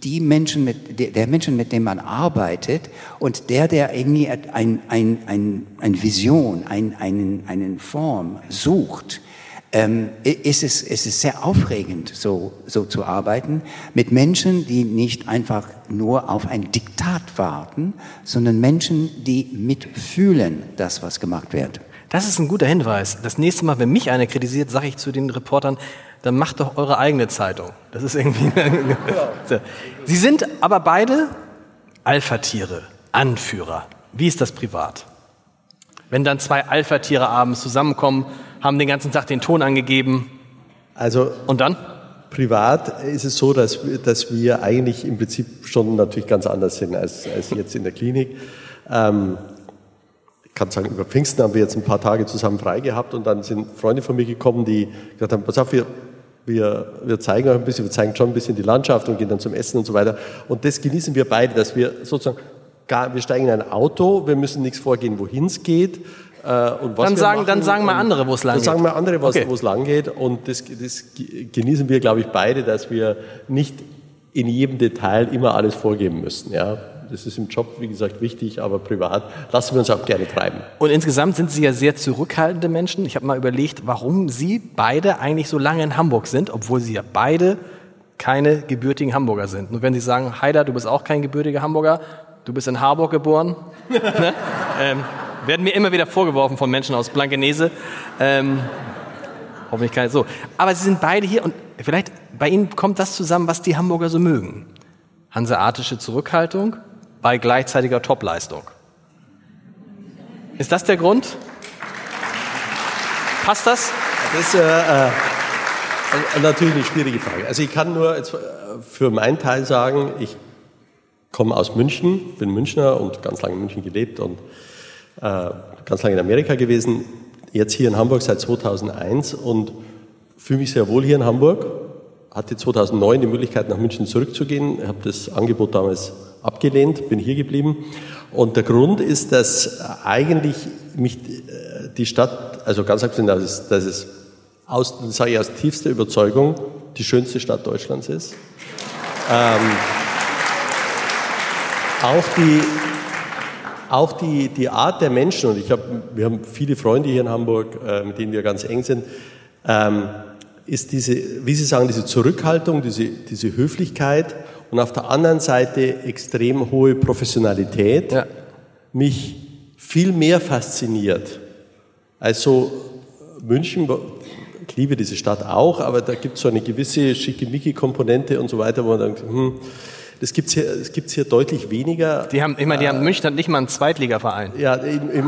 [SPEAKER 4] der Menschen, mit dem man arbeitet und der irgendwie eine Vision, eine Form sucht, ist es sehr aufregend, so zu arbeiten mit Menschen, die nicht einfach nur auf ein Diktat warten, sondern Menschen, die mitfühlen, das, was gemacht wird.
[SPEAKER 3] Das ist ein guter Hinweis. Das nächste Mal, wenn mich einer kritisiert, sage ich zu den Reportern, dann macht doch eure eigene Zeitung. Das ist irgendwie... Sie sind aber beide Alpha-Tiere, Anführer. Wie ist das privat? Wenn dann zwei Alpha-Tiere abends zusammenkommen, haben den ganzen Tag den Ton angegeben.
[SPEAKER 5] Also
[SPEAKER 3] und dann?
[SPEAKER 5] Privat ist es so, dass wir eigentlich im Prinzip schon natürlich ganz anders sind als jetzt in der Klinik. Ich kann sagen, über Pfingsten haben wir jetzt ein paar Tage zusammen frei gehabt und dann sind Freunde von mir gekommen, die gesagt haben, pass auf, wir zeigen euch ein bisschen, wir zeigen schon ein bisschen die Landschaft und gehen dann zum Essen und so weiter. Und das genießen wir beide, dass wir sozusagen, wir steigen in ein Auto, wir müssen nichts vorgehen, wohin es geht. Und was
[SPEAKER 3] dann sagen mal andere, wo es lang geht.
[SPEAKER 5] Dann sagen mal andere, wo es lang geht. Und das genießen wir, glaube ich, beide, dass wir nicht in jedem Detail immer alles vorgeben müssen. Ja, das ist im Job, wie gesagt, wichtig, aber privat lassen wir uns auch gerne treiben.
[SPEAKER 3] Und insgesamt sind Sie ja sehr zurückhaltende Menschen. Ich habe mal überlegt, warum Sie beide eigentlich so lange in Hamburg sind, obwohl Sie ja beide keine gebürtigen Hamburger sind. Nur wenn Sie sagen, Haider, du bist auch kein gebürtiger Hamburger, du bist in Harburg geboren, ne? Werden mir immer wieder vorgeworfen von Menschen aus Blankenese. Hoffentlich keine so. Aber Sie sind beide hier und vielleicht bei Ihnen kommt das zusammen, was die Hamburger so mögen. Hanseatische Zurückhaltung bei gleichzeitiger Topleistung. Ist das der Grund? Passt das?
[SPEAKER 5] Das ist natürlich eine schwierige Frage. Also ich kann nur jetzt für meinen Teil sagen, ich komme aus München, bin Münchner und ganz lange in München gelebt und ganz lange in Amerika gewesen, jetzt hier in Hamburg seit 2001 und fühle mich sehr wohl hier in Hamburg. Hatte 2009 die Möglichkeit, nach München zurückzugehen. Ich habe das Angebot damals abgelehnt, bin hier geblieben. Und der Grund ist, dass eigentlich mich die Stadt, also ganz abgesehen, dass es aus tiefster Überzeugung die schönste Stadt Deutschlands ist. Auch die Art der Menschen, und wir haben viele Freunde hier in Hamburg, mit denen wir ganz eng sind, ist diese, wie Sie sagen, diese Zurückhaltung, diese Höflichkeit und auf der anderen Seite extrem hohe Professionalität mich viel mehr fasziniert als so München. Ich liebe diese Stadt auch, aber da gibt es so eine gewisse Schickimicki-Komponente und so weiter, wo man denkt, das gibt's hier deutlich weniger.
[SPEAKER 3] München hat nicht mal einen Zweitligaverein.
[SPEAKER 5] Ja,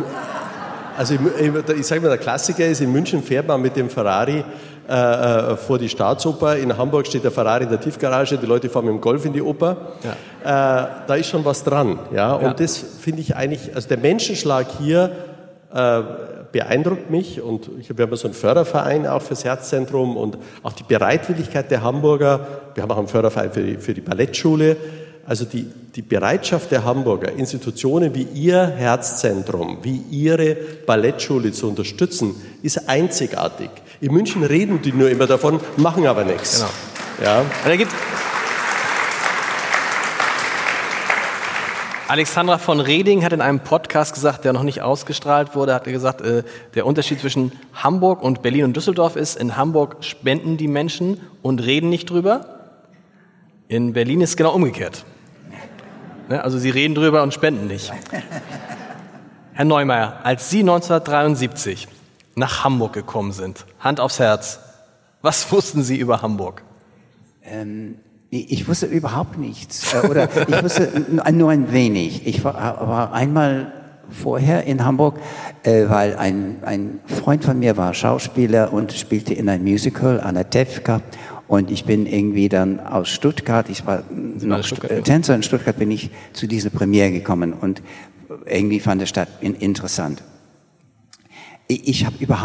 [SPEAKER 5] ich sage mal, der Klassiker ist, in München fährt man mit dem Ferrari vor die Staatsoper, in Hamburg steht der Ferrari in der Tiefgarage, die Leute fahren mit dem Golf in die Oper. Ja. Da ist schon was dran. Ja? Und das finde ich eigentlich, also der Menschenschlag hier beeindruckt mich und wir haben so einen Förderverein auch fürs Herzzentrum und auch die Bereitwilligkeit der Hamburger. Wir haben auch einen Förderverein für die Ballettschule. Also die Bereitschaft der Hamburger, Institutionen wie Ihr Herzzentrum, wie Ihre Ballettschule zu unterstützen, ist einzigartig. In München reden die nur immer davon, machen aber nichts.
[SPEAKER 3] Genau. Ja. Alexandra von Reding hat in einem Podcast gesagt, der noch nicht ausgestrahlt wurde, hat gesagt, der Unterschied zwischen Hamburg und Berlin und Düsseldorf ist, in Hamburg spenden die Menschen und reden nicht drüber. In Berlin ist es genau umgekehrt. Also sie reden drüber und spenden nicht. Herr Neumeier, als Sie 1973 nach Hamburg gekommen sind, Hand aufs Herz, was wussten Sie über Hamburg?
[SPEAKER 4] Ich wusste überhaupt nichts. Oder ich wusste nur ein wenig. Ich war einmal vorher in Hamburg, weil ein Freund von mir war Schauspieler und spielte in einem Musical an der Tefka. Und ich bin irgendwie dann aus Stuttgart, ich war noch Tänzer in Stuttgart, bin ich zu dieser Premiere gekommen und irgendwie fand die Stadt interessant. Ich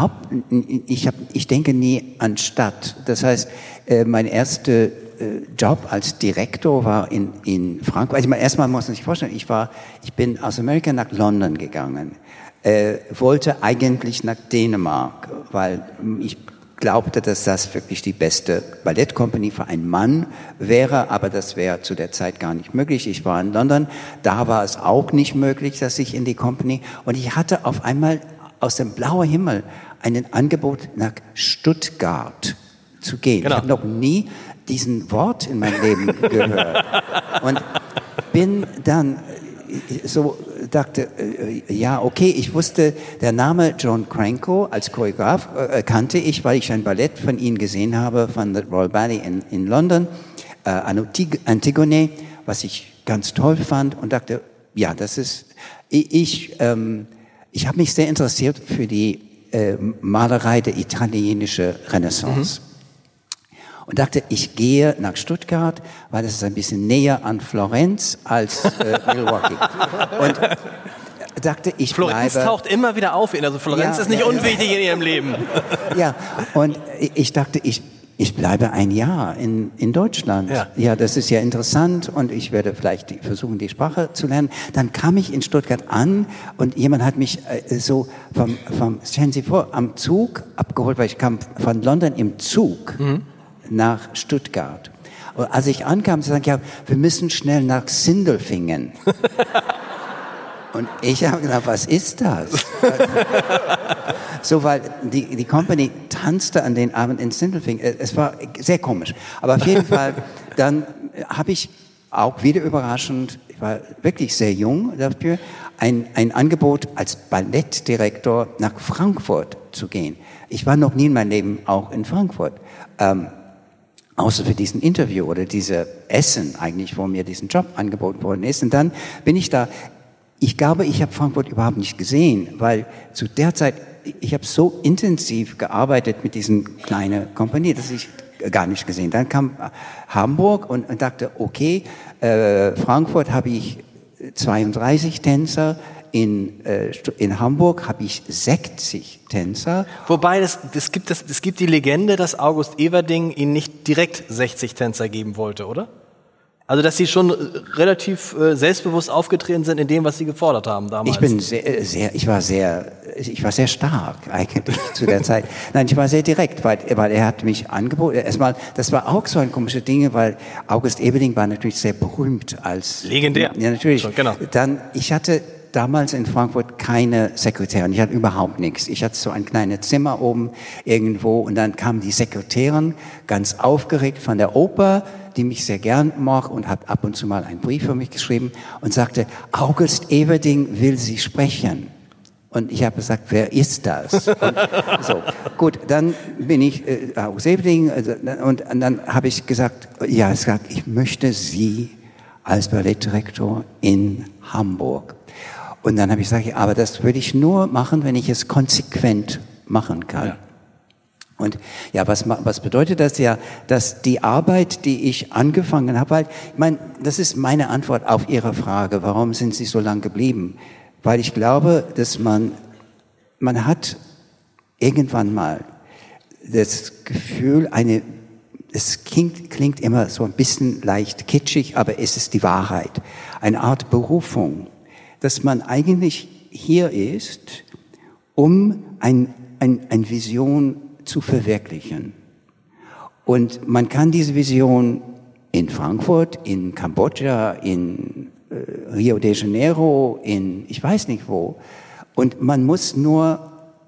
[SPEAKER 4] denke nie an Stadt. Das heißt, mein erster Job als Direktor war in Frankreich. Also erstmal muss man sich vorstellen, ich bin aus Amerika nach London gegangen, wollte eigentlich nach Dänemark, weil ich glaubte, dass das wirklich die beste Ballettkompanie für einen Mann wäre, aber das wäre zu der Zeit gar nicht möglich. Ich war in London, da war es auch nicht möglich, dass ich in die Company, und ich hatte auf einmal aus dem blauen Himmel ein Angebot, nach Stuttgart zu gehen. Genau. Ich habe noch nie diesen Wort in meinem Leben gehört und bin dann so dachte, ja, okay, ich wusste, der Name John Cranko als Choreograf kannte ich, weil ich ein Ballett von ihm gesehen habe, von der Royal Ballet in London, Antigone, was ich ganz toll fand und dachte, ja, das ist, ich habe mich sehr interessiert für die Malerei der italienischen Renaissance. Und dachte, ich gehe nach Stuttgart, weil das ist ein bisschen näher an Florenz als Milwaukee. Und dachte, ich
[SPEAKER 3] Florenz
[SPEAKER 4] bleibe...
[SPEAKER 3] taucht immer wieder auf, also Florenz ist nicht unwichtig in ihrem Leben.
[SPEAKER 4] Ja, und ich dachte, ich bleibe ein Jahr in Deutschland. Ja, das ist ja interessant und ich werde vielleicht versuchen, die Sprache zu lernen. Dann kam ich in Stuttgart an und jemand hat mich so stellen Sie vor, am Zug abgeholt, weil ich kam von London im Zug nach Stuttgart. Und als ich ankam, sie sagten, ja, wir müssen schnell nach Sindelfingen. Und ich habe gedacht, was ist das? So, weil die Company tanzte an den Abend in Sindelfingen. Es war sehr komisch. Aber auf jeden Fall, dann habe ich auch wieder überraschend, ich war wirklich sehr jung dafür, ein Angebot als Ballettdirektor nach Frankfurt zu gehen. Ich war noch nie in meinem Leben auch in Frankfurt. Außer für diesen Interview oder diese Essen eigentlich, wo mir diesen Job angeboten worden ist. Und dann bin ich da. Ich glaube, ich habe Frankfurt überhaupt nicht gesehen, weil zu der Zeit, ich habe so intensiv gearbeitet mit diesen kleinen Kompanie, dass ich gar nicht gesehen. Dann kam Hamburg und dachte, okay, Frankfurt habe ich 32 Tänzer, in Hamburg habe ich 60 Tänzer.
[SPEAKER 3] Wobei, es gibt die Legende, dass August Everding Ihnen nicht direkt 60 Tänzer geben wollte, oder? Also, dass Sie schon relativ selbstbewusst aufgetreten sind in dem, was Sie gefordert haben damals.
[SPEAKER 4] Ich war sehr stark eigentlich zu der Zeit. Nein, ich war sehr direkt, weil er hat mich angeboten. Erstmal, das war auch so ein komisches Ding, weil August Everding war natürlich sehr berühmt als
[SPEAKER 3] legendär.
[SPEAKER 4] Ja, natürlich.
[SPEAKER 3] Schon, genau.
[SPEAKER 4] Dann, ich hatte damals in Frankfurt keine Sekretärin. Ich hatte überhaupt nichts. Ich hatte so ein kleines Zimmer oben irgendwo und dann kam die Sekretärin ganz aufgeregt von der Oper, die mich sehr gern mag und hat ab und zu mal einen Brief für mich geschrieben und sagte, August Everding will Sie sprechen. Und ich habe gesagt, wer ist das? Und so, gut, dann bin ich August Everding und dann habe ich gesagt, ich möchte Sie als Ballettdirektor in Hamburg. Und dann habe ich gesagt, aber das würde ich nur machen, wenn ich es konsequent machen kann. Ja. Und ja, was bedeutet das ja, dass die Arbeit, die ich angefangen habe, weil, ich meine, das ist meine Antwort auf Ihre Frage, warum sind Sie so lange geblieben? Weil ich glaube, dass man hat irgendwann mal das Gefühl, es klingt immer so ein bisschen leicht kitschig, aber es ist die Wahrheit. Eine Art Berufung, dass man eigentlich hier ist, um eine Vision zu verwirklichen. Und man kann diese Vision in Frankfurt, in Kambodscha, in Rio de Janeiro, ich weiß nicht wo. Und man muss nur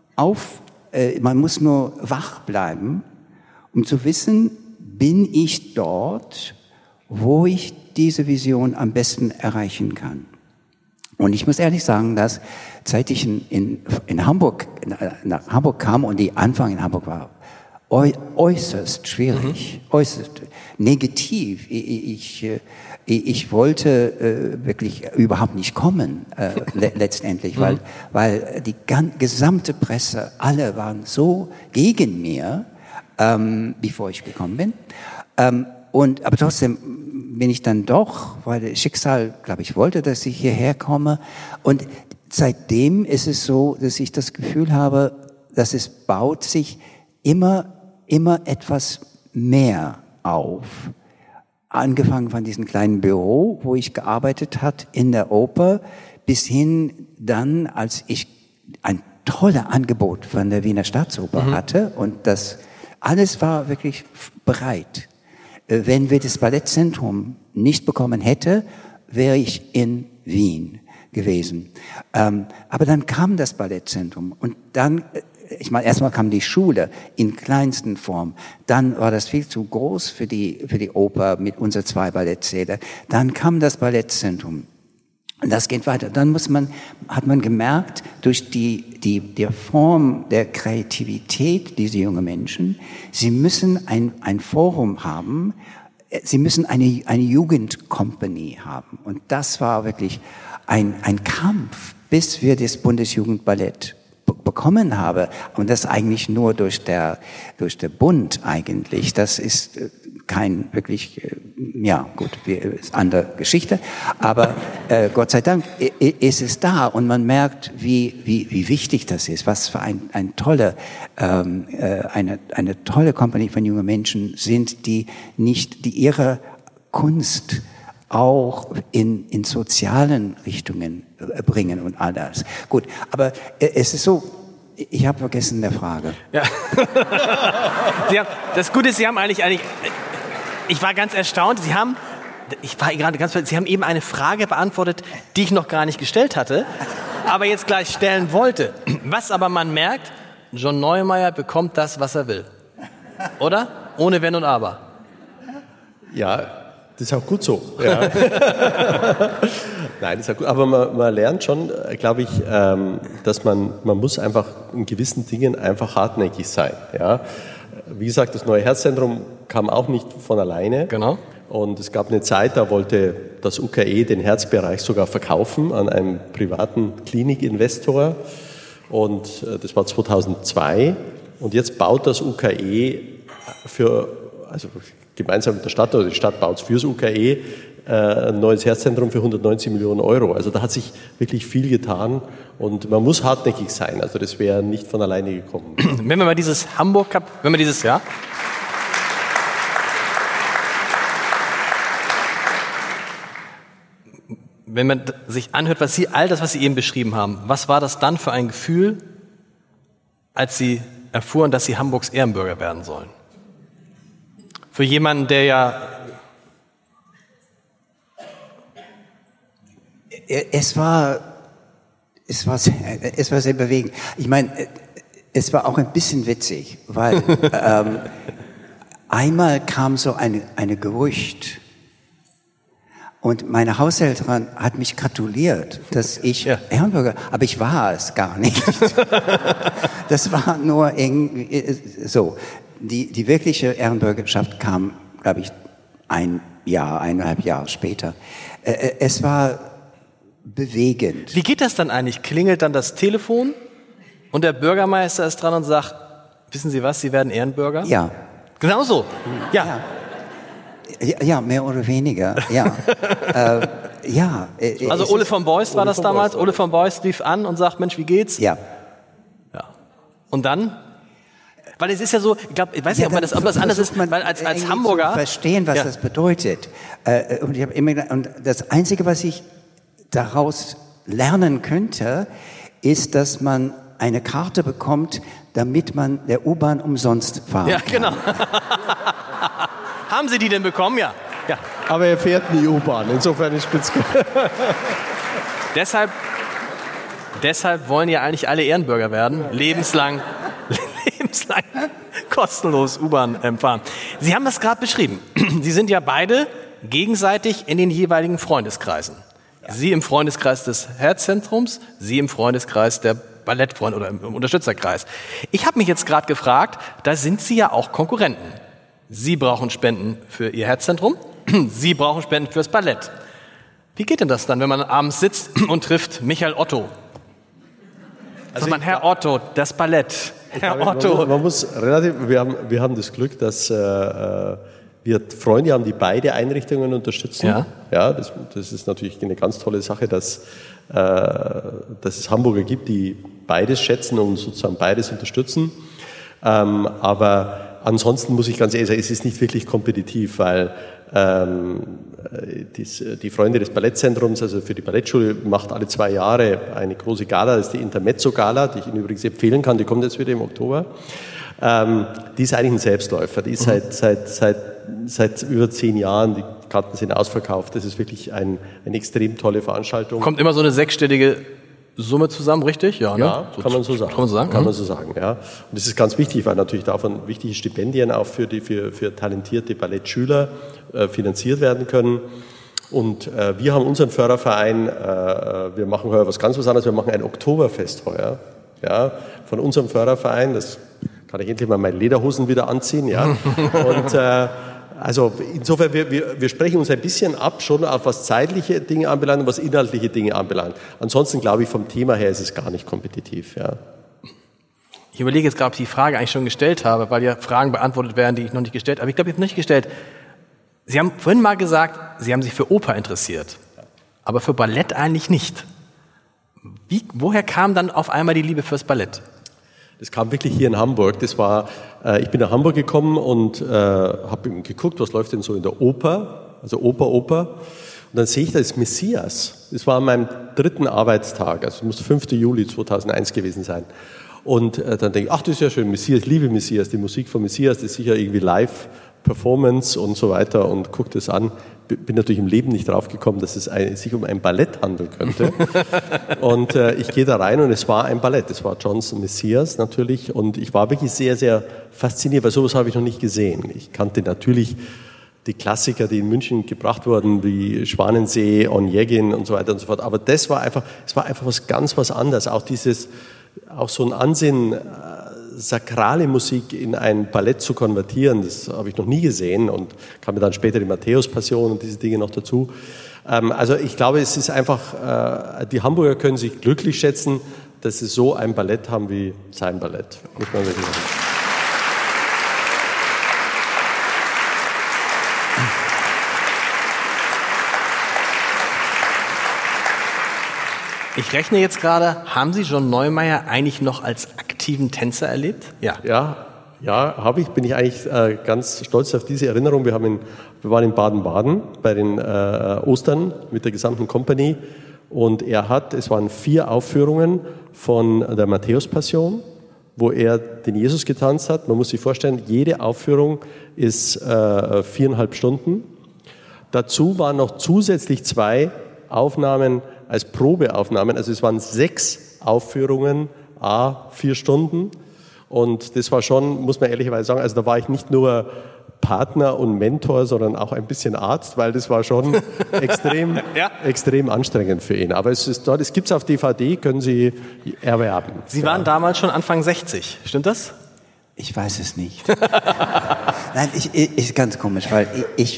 [SPEAKER 4] wach bleiben, um zu wissen, bin ich dort, wo ich diese Vision am besten erreichen kann. Und ich muss ehrlich sagen, dass seit ich in Hamburg, nach Hamburg kam und die Anfang in Hamburg war äußerst schwierig, äußerst negativ. Ich wollte wirklich überhaupt nicht kommen, letztendlich, weil die gesamte Presse, alle waren so gegen mir, bevor ich gekommen bin. Aber trotzdem bin ich dann doch, weil das Schicksal, glaube ich, wollte, dass ich hierher komme. Und seitdem ist es so, dass ich das Gefühl habe, dass es baut sich immer etwas mehr auf. Angefangen von diesem kleinen Büro, wo ich gearbeitet hat in der Oper, bis hin dann, als ich ein tolles Angebot von der Wiener Staatsoper hatte und das alles war wirklich bereit. Wenn wir das Ballettzentrum nicht bekommen hätten, wäre ich in Wien gewesen. Aber dann kam das Ballettzentrum und dann, ich meine, erstmal kam die Schule in kleinsten Form. Dann war das viel zu groß für die Oper mit unseren 2 Ballettsälen. Dann kam das Ballettzentrum. Und das geht weiter. Dann hat man gemerkt, durch die Form der Kreativität dieser jungen Menschen, sie müssen ein Forum haben, sie müssen eine Jugendcompany haben. Und das war wirklich ein Kampf, bis wir das Bundesjugendballett bekommen haben. Und das eigentlich nur durch der Bund eigentlich. Das ist kein wirklich, ja gut, ist andere Geschichte. Aber Gott sei Dank ist es da und man merkt, wie wichtig das ist, was für eine tolle Company von jungen Menschen sind, die ihre Kunst auch in sozialen Richtungen bringen und all das. Gut, aber es ist so, ich habe vergessen der Frage.
[SPEAKER 3] Ja. Das Gute ist, Sie haben eigentlich, ich war ganz erstaunt, Sie haben eben eine Frage beantwortet, die ich noch gar nicht gestellt hatte, aber jetzt gleich stellen wollte. Was aber man merkt, John Neumeier bekommt das, was er will. Oder? Ohne Wenn und Aber.
[SPEAKER 5] Ja, das ist auch gut so. Ja. Nein, das ist auch gut. Aber man lernt schon, glaube ich, dass man muss einfach in gewissen Dingen einfach hartnäckig sein. Ja. Wie gesagt, das neue Herzzentrum kam auch nicht von alleine.
[SPEAKER 3] Genau.
[SPEAKER 5] Und es gab eine Zeit, da wollte das UKE den Herzbereich sogar verkaufen an einen privaten Klinikinvestor. Und das war 2002. Und jetzt baut das UKE gemeinsam mit der Stadt, oder die Stadt baut es fürs UKE, ein neues Herzzentrum für 190 Millionen Euro. Also da hat sich wirklich viel getan und man muss hartnäckig sein. Also das wäre nicht von alleine gekommen.
[SPEAKER 3] Wenn wir mal dieses wenn man sich anhört, all das, was Sie eben beschrieben haben, was war das dann für ein Gefühl, als Sie erfuhren, dass Sie Hamburgs Ehrenbürger werden sollen? Für jemanden, der ja...
[SPEAKER 4] Es war sehr bewegend. Ich meine, es war auch ein bisschen witzig, weil einmal kam so eine Gerücht und meine Haushälterin hat mich gratuliert, dass ich Ehrenbürger, aber ich war es gar nicht. Das war nur irgendwie so. Die wirkliche Ehrenbürgerschaft kam, glaube ich, 1,5 Jahre später. Es war bewegend.
[SPEAKER 3] Wie geht das dann eigentlich? Klingelt dann das Telefon und der Bürgermeister ist dran und sagt, wissen Sie was, Sie werden Ehrenbürger?
[SPEAKER 4] Ja.
[SPEAKER 3] Genau so? Ja.
[SPEAKER 4] Ja, mehr oder weniger, ja.
[SPEAKER 3] Also Ole von Beust war das damals? Ole von Beust rief an und sagt, Mensch, wie geht's?
[SPEAKER 4] Ja.
[SPEAKER 3] Und dann? Weil es ist ja so, ich weiß nicht, ob das anders ist, weil als Hamburger...
[SPEAKER 4] verstehen, was das bedeutet. Und ich habe immer gedacht, und das Einzige, was ich daraus lernen könnte, ist, dass man eine Karte bekommt, damit man der U-Bahn umsonst fahren kann.
[SPEAKER 3] Ja, genau. Haben Sie die denn bekommen? Ja.
[SPEAKER 5] Aber er fährt nie U-Bahn, insofern ist es
[SPEAKER 3] Deshalb wollen ja eigentlich alle Ehrenbürger werden, lebenslang kostenlos U-Bahn fahren. Sie haben das gerade beschrieben. Sie sind ja beide gegenseitig in den jeweiligen Freundeskreisen. Ja. Sie im Freundeskreis des Herzzentrums, Sie im Freundeskreis der Ballettfreunde oder im Unterstützerkreis. Ich habe mich jetzt gerade gefragt, da sind Sie ja auch Konkurrenten. Sie brauchen Spenden für Ihr Herzzentrum, Sie brauchen Spenden fürs Ballett. Wie geht denn das dann, wenn man abends sitzt und trifft Michael Otto? Also Herr Otto, das Ballett. Herr Otto.
[SPEAKER 5] Man muss wir haben das Glück, dass wir Freunde haben, die beide Einrichtungen unterstützen. Ja, das ist natürlich eine ganz tolle Sache, dass es Hamburger gibt, die beides schätzen und sozusagen beides unterstützen. Aber ansonsten muss ich ganz ehrlich sagen, es ist nicht wirklich kompetitiv, weil die Freunde des Ballettzentrums, also für die Ballettschule, macht alle 2 Jahre eine große Gala, das ist die Intermezzo-Gala, die ich Ihnen übrigens empfehlen kann, die kommt jetzt wieder im Oktober. Die ist eigentlich ein Selbstläufer, die ist seit über 10 Jahren, die Karten sind ausverkauft, das ist wirklich eine extrem tolle Veranstaltung.
[SPEAKER 3] Kommt immer so eine 6-stellige Summe zusammen, richtig? Ja, ne?
[SPEAKER 5] Ja, kann man so sagen. Kann man so sagen, ja. Und das ist ganz wichtig, weil natürlich davon wichtige Stipendien auch für talentierte Ballettschüler finanziert werden können. Und wir haben unseren Förderverein, wir machen heuer was ganz anderes, wir machen ein Oktoberfest heuer, ja, von unserem Förderverein, das kann ich endlich mal meine Lederhosen wieder anziehen, ja. Und also insofern, wir sprechen uns ein bisschen ab, schon auf was zeitliche Dinge anbelangt und was inhaltliche Dinge anbelangt. Ansonsten glaube ich, vom Thema her ist es gar nicht kompetitiv. Ja.
[SPEAKER 3] Ich überlege jetzt gerade, ob ich die Frage eigentlich schon gestellt habe, weil ja Fragen beantwortet werden, die ich noch nicht gestellt habe. Aber ich glaube, ich habe nicht gestellt. Sie haben vorhin mal gesagt, Sie haben sich für Oper interessiert, aber für Ballett eigentlich nicht. Woher kam dann auf einmal die Liebe fürs Ballett?
[SPEAKER 5] Das kam wirklich hier in Hamburg. Ich bin nach Hamburg gekommen und habe geguckt, was läuft denn so in der Oper, also Oper. Und dann sehe ich, da ist Messias. Das war an meinem 3. Arbeitstag, also es muss 5. Juli 2001 gewesen sein. Und dann denke ich, ach, das ist ja schön, Messias, ich liebe Messias, die Musik von Messias, das ist sicher irgendwie Live-Performance und so weiter und gucke das an. Bin natürlich im Leben nicht drauf gekommen, dass es sich um ein Ballett handeln könnte. Und ich gehe da rein und es war ein Ballett. Es war Johns Messias natürlich. Und ich war wirklich sehr, sehr fasziniert, weil sowas habe ich noch nicht gesehen. Ich kannte natürlich die Klassiker, die in München gebracht wurden, wie Schwanensee, Onegin und so weiter und so fort. Aber es war einfach was anderes. Auch so ein Ansinnen, sakrale Musik in ein Ballett zu konvertieren, das habe ich noch nie gesehen und kam mir dann später die Matthäus-Passion und diese Dinge noch dazu. Also ich glaube, es ist einfach, die Hamburger können sich glücklich schätzen, dass sie so ein Ballett haben wie sein Ballett, muss man wirklich sagen.
[SPEAKER 3] Ich rechne jetzt gerade, haben Sie John Neumeier eigentlich noch als aktiven Tänzer erlebt?
[SPEAKER 5] Ja, habe ich. Bin ich eigentlich ganz stolz auf diese Erinnerung. Wir waren in Baden-Baden bei den Ostern mit der gesamten Company und es waren 4 Aufführungen von der Matthäus-Passion, wo er den Jesus getanzt hat. Man muss sich vorstellen, jede Aufführung ist 4,5 Stunden. Dazu waren noch zusätzlich 2 Aufnahmen als Probeaufnahmen, also es waren 6 Aufführungen, 4 Stunden und das war schon, muss man ehrlicherweise sagen, also da war ich nicht nur Partner und Mentor, sondern auch ein bisschen Arzt, weil das war schon extrem anstrengend für ihn. Aber es gibt es auf DVD, können Sie erwerben.
[SPEAKER 3] Sie waren damals schon Anfang 60, stimmt das?
[SPEAKER 4] Ich weiß es nicht. Nein, ist ganz komisch, weil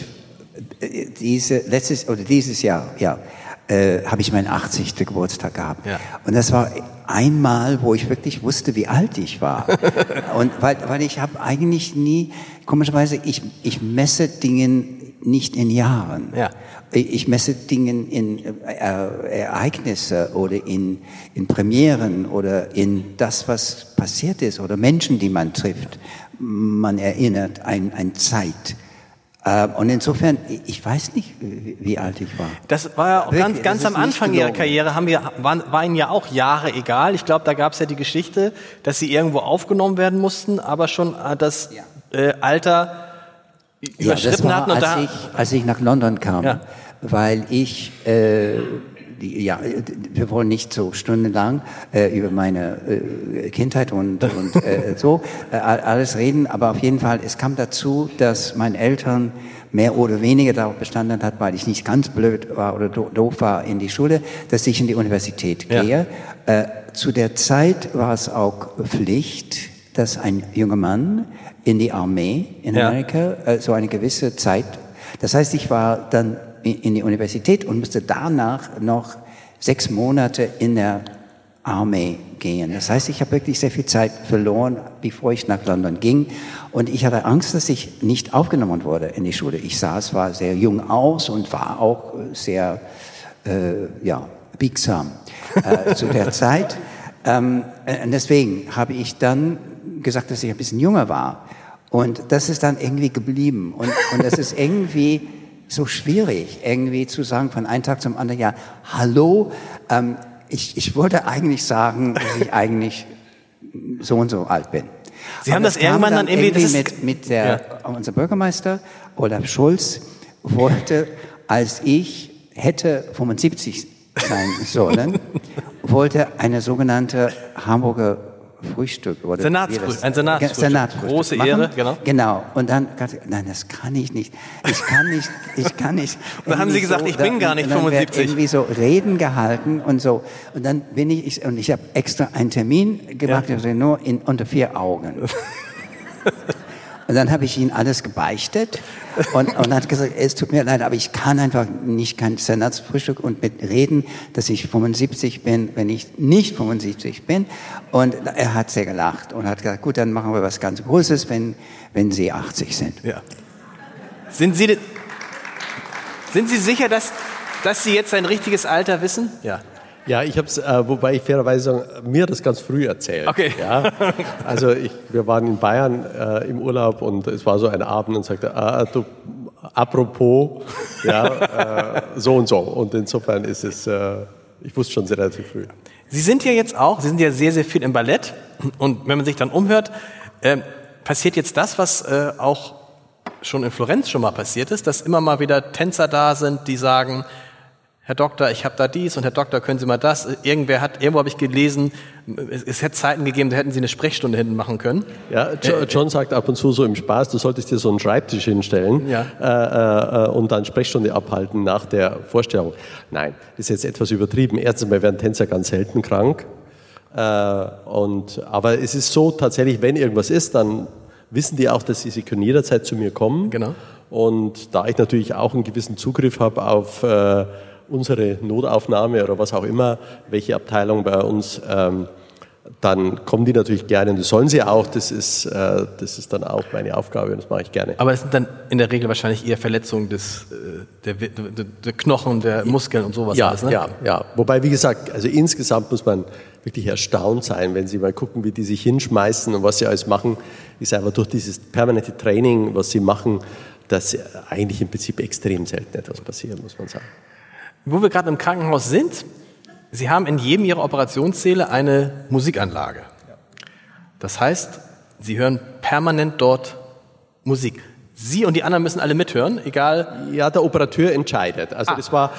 [SPEAKER 4] dieses Jahr, habe ich meinen 80. Geburtstag gehabt. Ja. Und das war einmal, wo ich wirklich wusste, wie alt ich war. Und weil ich habe eigentlich nie, komischerweise, ich messe Dingen nicht in Jahren. Ja. Ich messe Dingen in Ereignisse oder in Premieren oder in das, was passiert ist oder Menschen, die man trifft. Man erinnert an Zeit. Und insofern, ich weiß nicht, wie alt ich war.
[SPEAKER 3] Das war ja auch ganz am Anfang Ihrer Karriere, war Ihnen ja auch Jahre egal. Ich glaube, da gab es ja die Geschichte, dass Sie irgendwo aufgenommen werden mussten, aber schon das Alter überschritten hatten. Und
[SPEAKER 4] als ich nach London kam, weil ich... wir wollen nicht so stundenlang über meine Kindheit und so alles reden, aber auf jeden Fall, es kam dazu, dass meine Eltern mehr oder weniger darauf bestanden hat, weil ich nicht ganz blöd war oder doof war in die Schule, dass ich in die Universität gehe. Zu der Zeit war es auch Pflicht, dass ein junger Mann in die Armee in Amerika so eine gewisse Zeit, das heißt, ich war dann in die Universität und musste danach noch 6 Monate in der Armee gehen. Das heißt, ich habe wirklich sehr viel Zeit verloren, bevor ich nach London ging. Und ich hatte Angst, dass ich nicht aufgenommen wurde in die Schule. Ich sah, es war sehr jung aus und war auch sehr, biegsam zu der Zeit. Und deswegen habe ich dann gesagt, dass ich ein bisschen jünger war. Und das ist dann irgendwie geblieben. Und das ist irgendwie so schwierig, irgendwie zu sagen von einem Tag zum anderen, ja, hallo, ich wollte eigentlich sagen, dass ich eigentlich so und so alt bin.
[SPEAKER 3] Sie haben das irgendwann dann irgendwie
[SPEAKER 4] unser Bürgermeister, Olaf Schulz, wollte, als ich hätte 75 sein sollen, wollte eine sogenannte Hamburger Frühstück oder
[SPEAKER 3] ein Senatsfrühstück. Große
[SPEAKER 4] machen.
[SPEAKER 3] Ehre, genau.
[SPEAKER 4] Genau. Und dann, nein, das kann ich nicht. Ich kann nicht.
[SPEAKER 3] Und dann haben Sie gesagt, ich bin gar nicht 75.
[SPEAKER 4] Irgendwie so Reden gehalten und so. Und dann bin ich habe extra einen Termin gemacht, also nur unter 4 Augen. Und dann habe ich ihnen alles gebeichtet und hat gesagt, es tut mir leid, aber ich kann einfach nicht kein Senatsfrühstück und mit reden, dass ich 75 bin, wenn ich nicht 75 bin. Und er hat sehr gelacht und hat gesagt, gut, dann machen wir was ganz Großes, wenn Sie 80 sind.
[SPEAKER 3] Ja. Sind Sie sicher, dass Sie jetzt ein richtiges Alter wissen? Ja.
[SPEAKER 5] Ja, ich habe es, wobei ich fairerweise sagen, mir das ganz früh erzählt.
[SPEAKER 3] Okay.
[SPEAKER 5] Ja, also wir waren in Bayern im Urlaub und es war so ein Abend und sagte, du, apropos, ja, so und so. Und insofern ist es, ich wusste schon sehr relativ früh.
[SPEAKER 3] Sie sind ja sehr, sehr viel im Ballett und wenn man sich dann umhört, passiert jetzt das, was auch schon in Florenz schon mal passiert ist, dass immer mal wieder Tänzer da sind, die sagen, Herr Doktor, ich habe da dies und Herr Doktor, können Sie mal das? Irgendwo habe ich gelesen, es hätte Zeiten gegeben, da hätten Sie eine Sprechstunde hinten machen können.
[SPEAKER 5] Ja, John sagt ab und zu so im Spaß, du solltest dir so einen Schreibtisch hinstellen und dann Sprechstunde abhalten nach der Vorstellung. Nein, das ist jetzt etwas übertrieben. Erstens mal werden Tänzer ganz selten krank. Aber es ist so tatsächlich, wenn irgendwas ist, dann wissen die auch, dass sie können jederzeit zu mir kommen.
[SPEAKER 3] Genau.
[SPEAKER 5] Und da ich natürlich auch einen gewissen Zugriff habe auf unsere Notaufnahme oder was auch immer, welche Abteilung bei uns, dann kommen die natürlich gerne und das sollen sie auch. Das ist dann auch meine Aufgabe und das mache ich gerne.
[SPEAKER 3] Aber es sind dann in der Regel wahrscheinlich eher Verletzungen der Knochen, der Muskeln und sowas.
[SPEAKER 5] Ja,
[SPEAKER 3] alles, ne?
[SPEAKER 5] ja. Wobei, wie gesagt, also insgesamt muss man wirklich erstaunt sein, wenn Sie mal gucken, wie die sich hinschmeißen und was sie alles machen, ist einfach durch dieses permanente Training, was sie machen, dass eigentlich im Prinzip extrem selten etwas passiert, muss man sagen.
[SPEAKER 3] Wo wir gerade im Krankenhaus sind, Sie haben in jedem Ihrer Operationssäle eine Musikanlage. Das heißt, Sie hören permanent dort Musik. Sie und die anderen müssen alle mithören, egal.
[SPEAKER 5] Ja, der Operateur entscheidet. Also das war,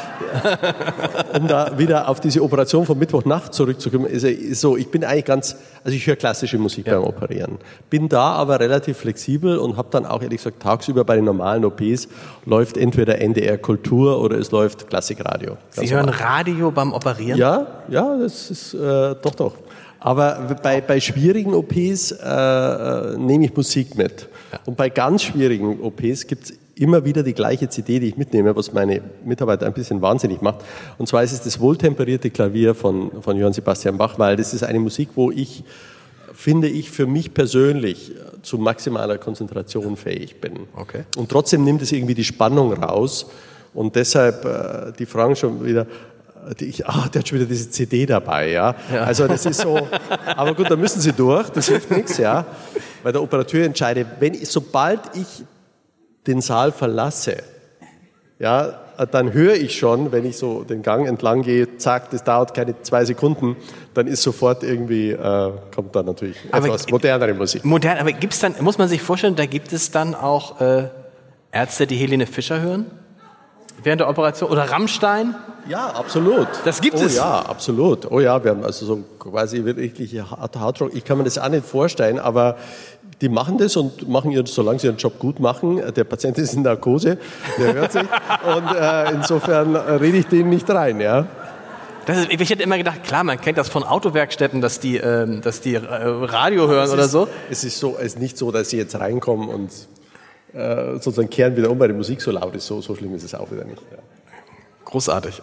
[SPEAKER 5] um da wieder auf diese Operation von Mittwochnacht zurückzukommen, ist so, ich bin eigentlich also ich höre klassische Musik beim Operieren. Bin da aber relativ flexibel und habe dann auch ehrlich gesagt tagsüber bei den normalen OPs läuft entweder NDR Kultur oder es läuft Klassikradio.
[SPEAKER 3] Sie hören Radio beim Operieren?
[SPEAKER 5] Ja, das ist doch. Aber bei schwierigen OPs nehme ich Musik mit. Ja. Und bei ganz schwierigen OPs gibt es immer wieder die gleiche CD, die ich mitnehme, was meine Mitarbeiter ein bisschen wahnsinnig macht. Und zwar ist es das wohltemperierte Klavier von Johann Sebastian Bach, weil das ist eine Musik, wo finde ich, für mich persönlich zu maximaler Konzentration fähig bin.
[SPEAKER 3] Okay.
[SPEAKER 5] Und trotzdem nimmt es irgendwie die Spannung raus. Und deshalb, die fragen schon wieder, der hat schon wieder diese CD dabei, ja. Also das ist so, aber gut, da müssen Sie durch, das hilft nichts, ja. Weil der Operateur entscheidet, sobald ich den Saal verlasse, ja, dann höre ich schon, wenn ich so den Gang entlang gehe, zack, das dauert keine 2 Sekunden, dann ist sofort irgendwie, kommt dann natürlich etwas modernere Musik.
[SPEAKER 3] Modern, aber gibt's dann, muss man sich vorstellen, da gibt es dann auch Ärzte, die Helene Fischer hören? Während der Operation? Oder Rammstein?
[SPEAKER 5] Ja, absolut.
[SPEAKER 3] Das gibt es?
[SPEAKER 5] Oh ja, absolut. Oh ja, wir haben also so quasi wirklich Hardrock. Ich kann mir das auch nicht vorstellen, aber die machen das und solange sie ihren Job gut machen. Der Patient ist in Narkose, der hört sich. Und insofern rede ich denen nicht rein, ja.
[SPEAKER 3] Ich hätte immer gedacht, klar, man kennt das von Autowerkstätten, dass die Radio hören oder so.
[SPEAKER 5] Es ist nicht so, dass sie jetzt reinkommen und sozusagen kehren wieder um, weil die Musik so laut ist. So schlimm ist es auch wieder nicht. Ja.
[SPEAKER 3] Großartig.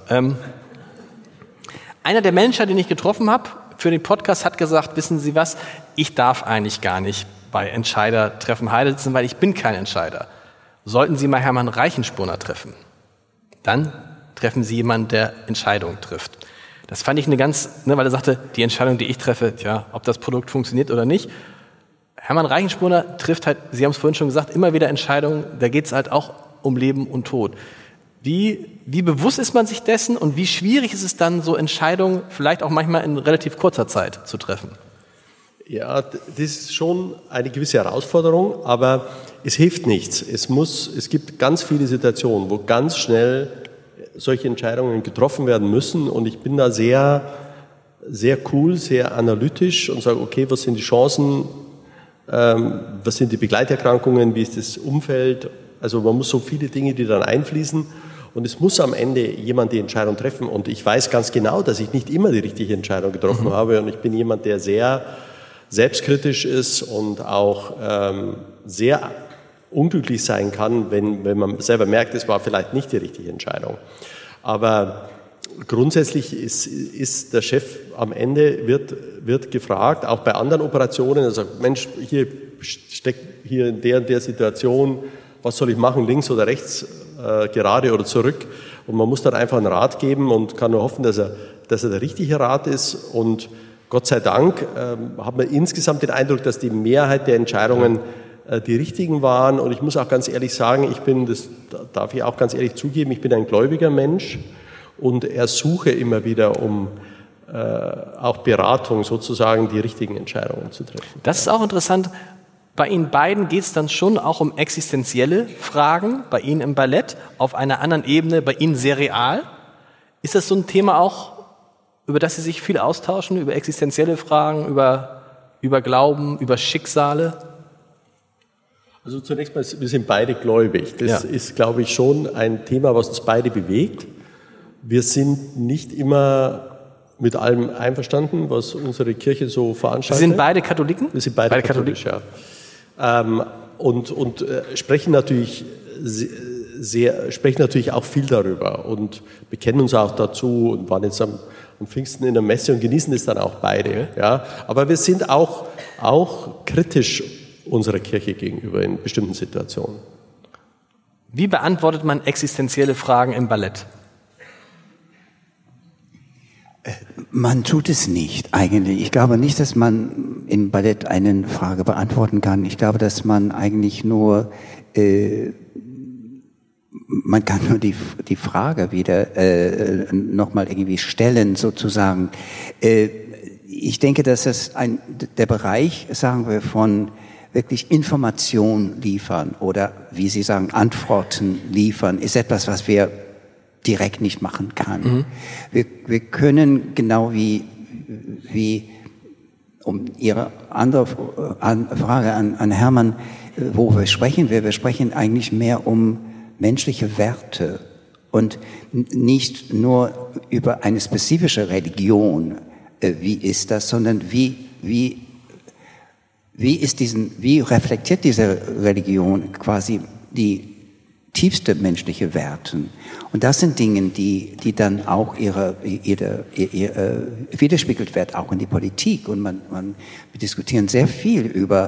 [SPEAKER 3] Einer der Manager, den ich getroffen habe für den Podcast, hat gesagt, wissen Sie was, ich darf eigentlich gar nicht bei Entscheider Treffen Heide sitzen, weil ich bin kein Entscheider. Sollten Sie mal Hermann Reichenspurner treffen, dann treffen Sie jemanden, der Entscheidungen trifft. Das fand ich weil er sagte, die Entscheidung, die ich treffe, ob das Produkt funktioniert oder nicht. Hermann Reichenspurner trifft halt, Sie haben es vorhin schon gesagt, immer wieder Entscheidungen, da geht es halt auch um Leben und Tod. Wie bewusst ist man sich dessen und wie schwierig ist es dann, so Entscheidungen vielleicht auch manchmal in relativ kurzer Zeit zu treffen?
[SPEAKER 5] Ja, das ist schon eine gewisse Herausforderung, aber es hilft nichts. Es gibt ganz viele Situationen, wo ganz schnell solche Entscheidungen getroffen werden müssen und ich bin da sehr, sehr cool, sehr analytisch und sage, okay, was sind die Chancen, was sind die Begleiterkrankungen, wie ist das Umfeld? Also man muss so viele Dinge, die dann einfließen und es muss am Ende jemand die Entscheidung treffen und ich weiß ganz genau, dass ich nicht immer die richtige Entscheidung getroffen habe und ich bin jemand, der sehr selbstkritisch ist und auch sehr unglücklich sein kann, wenn man selber merkt, es war vielleicht nicht die richtige Entscheidung. Aber grundsätzlich ist der Chef am Ende wird gefragt, auch bei anderen Operationen, er sagt, Mensch, hier steckt hier in der Situation, was soll ich machen, links oder rechts, gerade oder zurück? Und man muss dann einfach einen Rat geben und kann nur hoffen, dass er der richtige Rat ist. Und Gott sei Dank hat man insgesamt den Eindruck, dass die Mehrheit der Entscheidungen die richtigen waren. Und ich muss auch ganz ehrlich sagen, das darf ich auch ganz ehrlich zugeben, ich bin ein gläubiger Mensch und ersuche immer wieder um auch Beratung, sozusagen die richtigen Entscheidungen zu treffen.
[SPEAKER 3] Das ist auch interessant. Bei Ihnen beiden geht es dann schon auch um existenzielle Fragen, bei Ihnen im Ballett, auf einer anderen Ebene, bei Ihnen sehr real. Ist das so ein Thema auch, über das Sie sich viel austauschen, über existenzielle Fragen, über Glauben, über Schicksale?
[SPEAKER 5] Also zunächst mal, wir sind beide gläubig. Das ist, glaube ich, schon ein Thema, was uns beide bewegt. Wir sind nicht immer mit allem einverstanden, was unsere Kirche so veranstaltet.
[SPEAKER 3] Sie sind beide Katholiken?
[SPEAKER 5] Wir sind beide katholisch, ja. Und sprechen natürlich auch viel darüber und bekennen uns auch dazu und waren jetzt am Pfingsten in der Messe und genießen es dann auch beide. Ja. Aber wir sind auch kritisch unserer Kirche gegenüber in bestimmten Situationen.
[SPEAKER 3] Wie beantwortet man existenzielle Fragen im Ballett?
[SPEAKER 4] Man tut es nicht eigentlich. Ich glaube nicht, dass man im Ballett eine Frage beantworten kann. Ich glaube, dass man eigentlich nur, man kann nur die Frage wieder nochmal irgendwie stellen, sozusagen. Ich denke, dass es der Bereich, sagen wir, von wirklich Information liefern oder, wie Sie sagen, Antworten liefern, ist etwas, was wir direkt nicht machen kann. Wir können, genau wie um Ihre andere Frage an Hermann, wo wir sprechen eigentlich mehr um menschliche Werte und nicht nur über eine spezifische Religion, wie ist das, sondern wie reflektiert diese Religion quasi die tiefste menschliche Werten. Und das sind Dinge, die dann auch ihre widerspiegelt wird, auch in die Politik. Und wir diskutieren sehr viel über,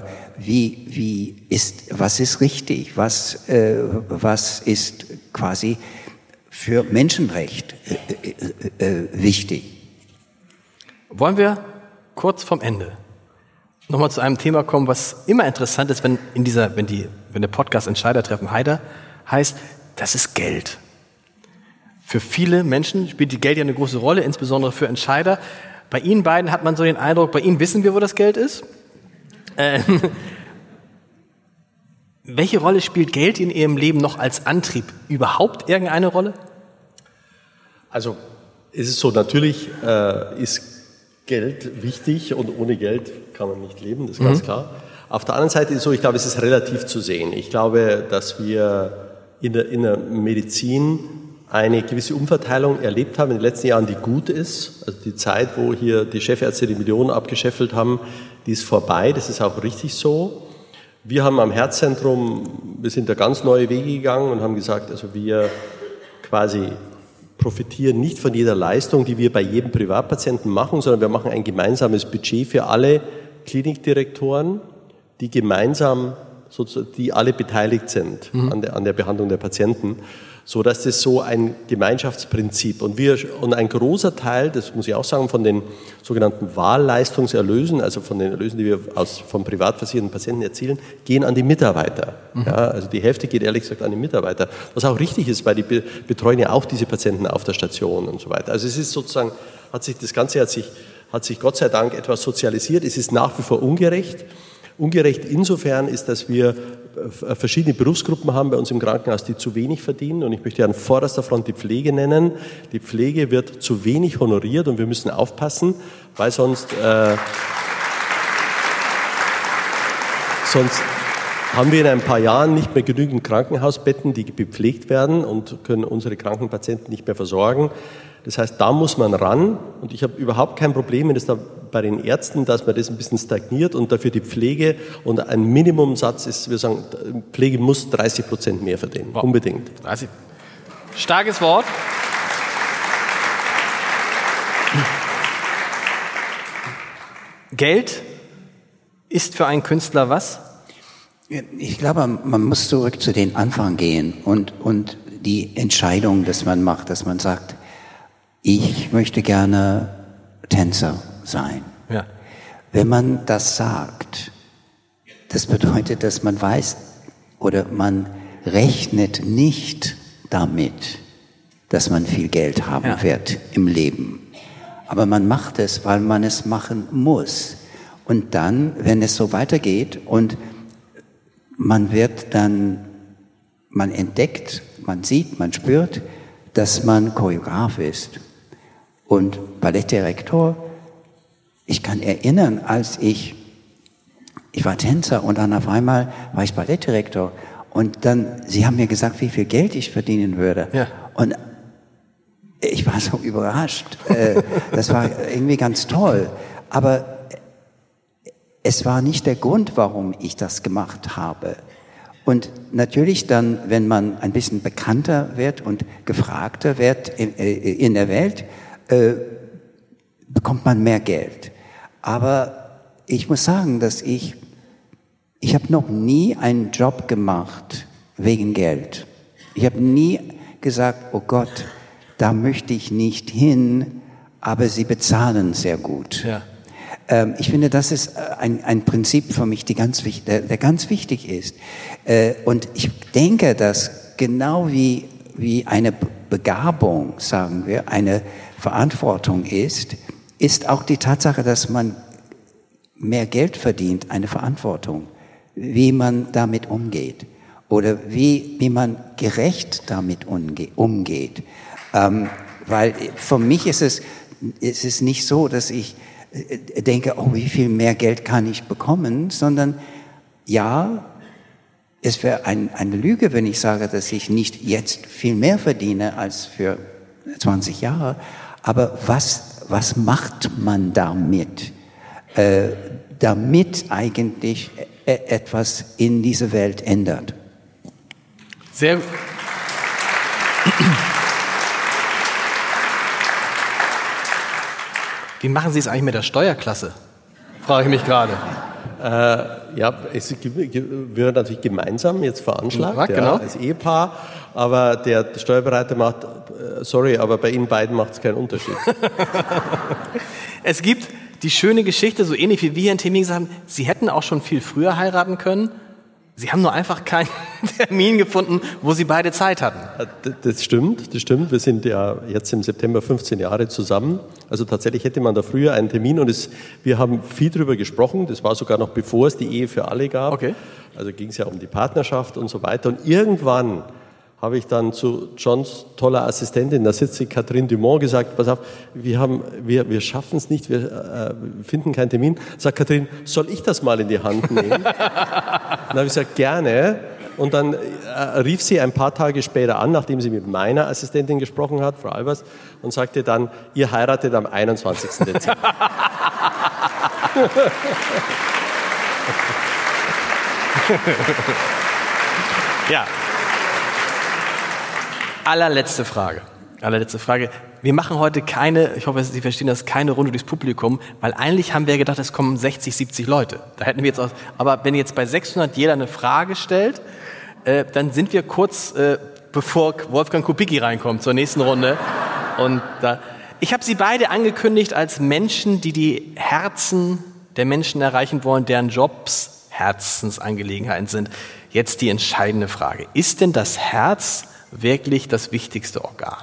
[SPEAKER 4] was ist richtig, was ist quasi für Menschenrecht wichtig.
[SPEAKER 3] Wollen wir kurz vom Ende nochmal zu einem Thema kommen, was immer interessant ist, wenn der Podcast Entscheidertreffen Haider heißt, das ist Geld. Für viele Menschen spielt die Geld ja eine große Rolle, insbesondere für Entscheider. Bei Ihnen beiden hat man so den Eindruck, bei Ihnen wissen wir, wo das Geld ist. Welche Rolle spielt Geld in Ihrem Leben noch als Antrieb? Überhaupt irgendeine Rolle?
[SPEAKER 5] Also es ist so, natürlich ist Geld wichtig und ohne Geld kann man nicht leben, das ist ganz klar. Auf der anderen Seite ist es so, ich glaube, es ist relativ zu sehen. Ich glaube, dass wir in der Medizin eine gewisse Umverteilung erlebt haben in den letzten Jahren, die gut ist. Also die Zeit, wo hier die Chefärzte die Millionen abgescheffelt haben, die ist vorbei. Das ist auch richtig so. Wir haben am Herzzentrum, wir sind da ganz neue Wege gegangen und haben gesagt, also wir quasi profitieren nicht von jeder Leistung, die wir bei jedem Privatpatienten machen, sondern wir machen ein gemeinsames Budget für alle Klinikdirektoren, die gemeinsam, die alle beteiligt sind an der Behandlung der Patienten, So dass das so ein Gemeinschaftsprinzip und ein großer Teil, das muss ich auch sagen, von den sogenannten Wahlleistungserlösen, also von den Erlösen, die wir von privat versicherten Patienten erzielen, gehen an die Mitarbeiter. Ja, also die Hälfte geht ehrlich gesagt an die Mitarbeiter, was auch richtig ist, weil die betreuen ja auch diese Patienten auf der Station und so weiter. Also es ist sozusagen, das Ganze hat sich Gott sei Dank etwas sozialisiert. Es ist nach wie vor ungerecht. Ungerecht insofern ist, dass wir verschiedene Berufsgruppen haben bei uns im Krankenhaus, die zu wenig verdienen. Und ich möchte an vorderster Front die Pflege nennen. Die Pflege wird zu wenig honoriert und wir müssen aufpassen, weil sonst haben wir in ein paar Jahren nicht mehr genügend Krankenhausbetten, die bepflegt werden und können unsere kranken Patienten nicht mehr versorgen. Das heißt, da muss man ran und ich habe überhaupt kein Problem, wenn es da bei den Ärzten, dass man das ein bisschen stagniert und dafür die Pflege und ein Minimumsatz ist, wir sagen, Pflege muss 30% mehr verdienen, wow. Unbedingt.
[SPEAKER 3] 30. Starkes Wort. Geld ist für einen Künstler was?
[SPEAKER 4] Ich glaube, man muss zurück zu den Anfang gehen und die Entscheidung, dass man macht, dass man sagt, ich möchte gerne Tänzer sein.
[SPEAKER 3] Ja.
[SPEAKER 4] Wenn man das sagt, das bedeutet, dass man weiß oder man rechnet nicht damit, dass man viel Geld haben wird im Leben. Aber man macht es, weil man es machen muss. Und dann, wenn es so weitergeht und man entdeckt, man sieht, man spürt, dass man Choreograf ist und Ballettdirektor. Ich kann erinnern, als ich war Tänzer und dann auf einmal war ich Ballettdirektor und dann, sie haben mir gesagt, wie viel Geld ich verdienen würde.
[SPEAKER 3] Ja.
[SPEAKER 4] Und ich war so überrascht. Das war irgendwie ganz toll. Aber es war nicht der Grund, warum ich das gemacht habe. Und natürlich dann, wenn man ein bisschen bekannter wird und gefragter wird in der Welt, bekommt man mehr Geld. Aber ich muss sagen, dass ich habe noch nie einen Job gemacht wegen Geld. Ich habe nie gesagt, oh Gott, da möchte ich nicht hin, aber sie bezahlen sehr gut.
[SPEAKER 3] Ja.
[SPEAKER 4] Ich finde, das ist ein Prinzip für mich, der ganz wichtig ist. Und ich denke, dass genau wie eine Begabung, sagen wir, eine Verantwortung ist auch die Tatsache, dass man mehr Geld verdient, eine Verantwortung, wie man damit umgeht oder wie man gerecht damit umgeht. Weil für mich ist es nicht so, dass ich denke, oh, wie viel mehr Geld kann ich bekommen, sondern ja, es wäre eine Lüge, wenn ich sage, dass ich nicht jetzt viel mehr verdiene als für 20 Jahre. Aber was macht man damit? Damit eigentlich etwas in dieser Welt ändert.
[SPEAKER 3] Sehr Wie machen Sie es eigentlich mit der Steuerklasse? Frage ich mich gerade.
[SPEAKER 5] Ja, es wird natürlich gemeinsam jetzt veranschlagt,
[SPEAKER 3] genau.
[SPEAKER 5] Als Ehepaar, aber der Steuerberater macht, sorry, aber bei Ihnen beiden macht es keinen Unterschied.
[SPEAKER 3] Es gibt die schöne Geschichte, so ähnlich wie wir hier in Termin gesagt haben, Sie hätten auch schon viel früher heiraten können. Sie haben nur einfach keinen Termin gefunden, wo Sie beide Zeit hatten.
[SPEAKER 5] Das stimmt. Wir sind ja jetzt im September 15 Jahre zusammen. Also tatsächlich hätte man da früher einen Termin und wir haben viel drüber gesprochen. Das war sogar noch bevor es die Ehe für alle gab.
[SPEAKER 3] Okay.
[SPEAKER 5] Also ging es ja um die Partnerschaft und so weiter. Und irgendwann habe ich dann zu Johns toller Assistentin, da sitzt die Catherine Dumont, gesagt, pass auf, wir schaffen es nicht, wir finden keinen Termin. Sagt Catherine, soll ich das mal in die Hand nehmen? Dann habe ich gesagt, gerne. Und dann rief sie ein paar Tage später an, nachdem sie mit meiner Assistentin gesprochen hat, Frau Albers, und sagte dann, ihr heiratet am 21. Dezember.
[SPEAKER 3] Ja. Allerletzte Frage. Wir machen heute ich hoffe, Sie verstehen das, keine Runde durchs Publikum, weil eigentlich haben wir gedacht, es kommen 60, 70 Leute. Da hätten wir jetzt aber wenn jetzt bei 600 jeder eine Frage stellt, dann sind wir kurz bevor Wolfgang Kubicki reinkommt zur nächsten Runde. Und ich habe Sie beide angekündigt als Menschen, die die Herzen der Menschen erreichen wollen, deren Jobs Herzensangelegenheiten sind. Jetzt die entscheidende Frage. Ist denn das Herz wirklich das wichtigste Organ?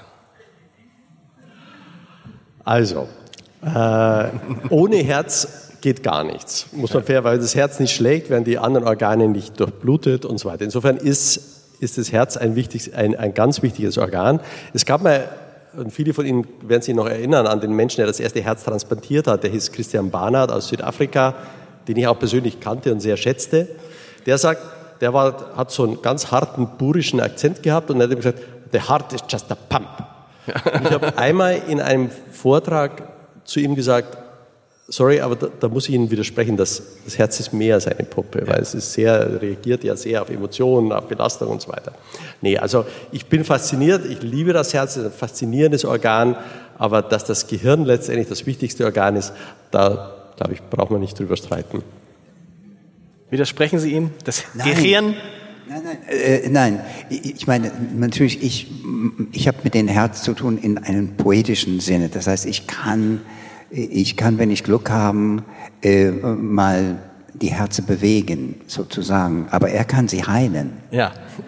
[SPEAKER 5] Also, ohne Herz geht gar nichts. Muss man fairerweise, das Herz nicht schlägt, werden die anderen Organe nicht durchblutet und so weiter. Insofern ist das Herz ein ganz wichtiges Organ. Es gab mal, und viele von Ihnen werden sich noch erinnern an den Menschen, der das erste Herz transplantiert hat, der hieß Christian Barnard aus Südafrika, den ich auch persönlich kannte und sehr schätzte. Der sagt, hat so einen ganz harten burischen Akzent gehabt und er hat gesagt, the heart is just a pump. Und ich habe einmal in einem Vortrag zu ihm gesagt, sorry, aber da muss ich Ihnen widersprechen, das Herz ist mehr als eine Puppe, weil es reagiert ja sehr auf Emotionen, auf Belastung und so weiter. Nee, also ich bin fasziniert, ich liebe das Herz, es ist ein faszinierendes Organ, aber dass das Gehirn letztendlich das wichtigste Organ ist, da, glaube ich, braucht man nicht drüber streiten.
[SPEAKER 3] Widersprechen Sie ihm? Das Gehirn?
[SPEAKER 4] Nein. Ich meine, natürlich, ich habe mit dem Herz zu tun in einem poetischen Sinne. Das heißt, ich kann, wenn ich Glück habe, mal die Herzen bewegen, sozusagen. Aber er kann sie heilen.
[SPEAKER 3] Ja.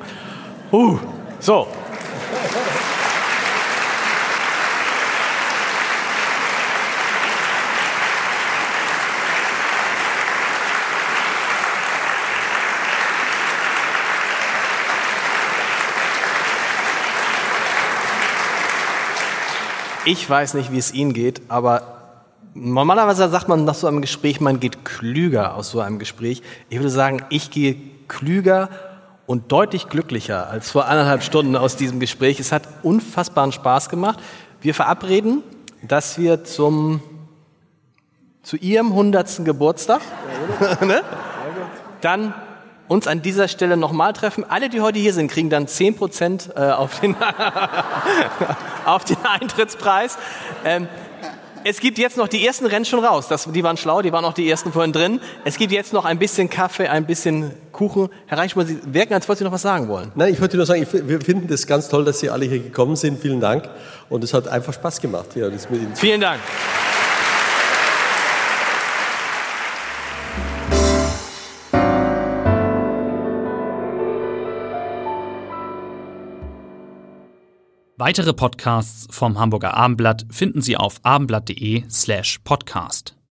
[SPEAKER 3] So. Ich weiß nicht, wie es Ihnen geht, aber normalerweise sagt man nach so einem Gespräch, man geht klüger aus so einem Gespräch. Ich würde sagen, ich gehe klüger und deutlich glücklicher als vor 1,5 Stunden aus diesem Gespräch. Es hat unfassbaren Spaß gemacht. Wir verabreden, dass wir zu Ihrem 100. Geburtstag ne? Dann uns an dieser Stelle nochmal treffen. Alle, die heute hier sind, kriegen dann 10% auf den Eintrittspreis. Es gibt jetzt noch, die ersten rennen schon raus. Die waren schlau, die waren auch die ersten vorhin drin. Es gibt jetzt noch ein bisschen Kaffee, ein bisschen Kuchen. Herr Reichmann, Sie wirken, als wollten Sie noch was sagen wollen.
[SPEAKER 5] Nein, ich wollte nur sagen, wir finden das ganz toll, dass Sie alle hier gekommen sind. Vielen Dank. Und es hat einfach Spaß gemacht. Ja, das mit Ihnen.
[SPEAKER 3] Vielen Dank.
[SPEAKER 2] Weitere Podcasts vom Hamburger Abendblatt finden Sie auf abendblatt.de/podcast.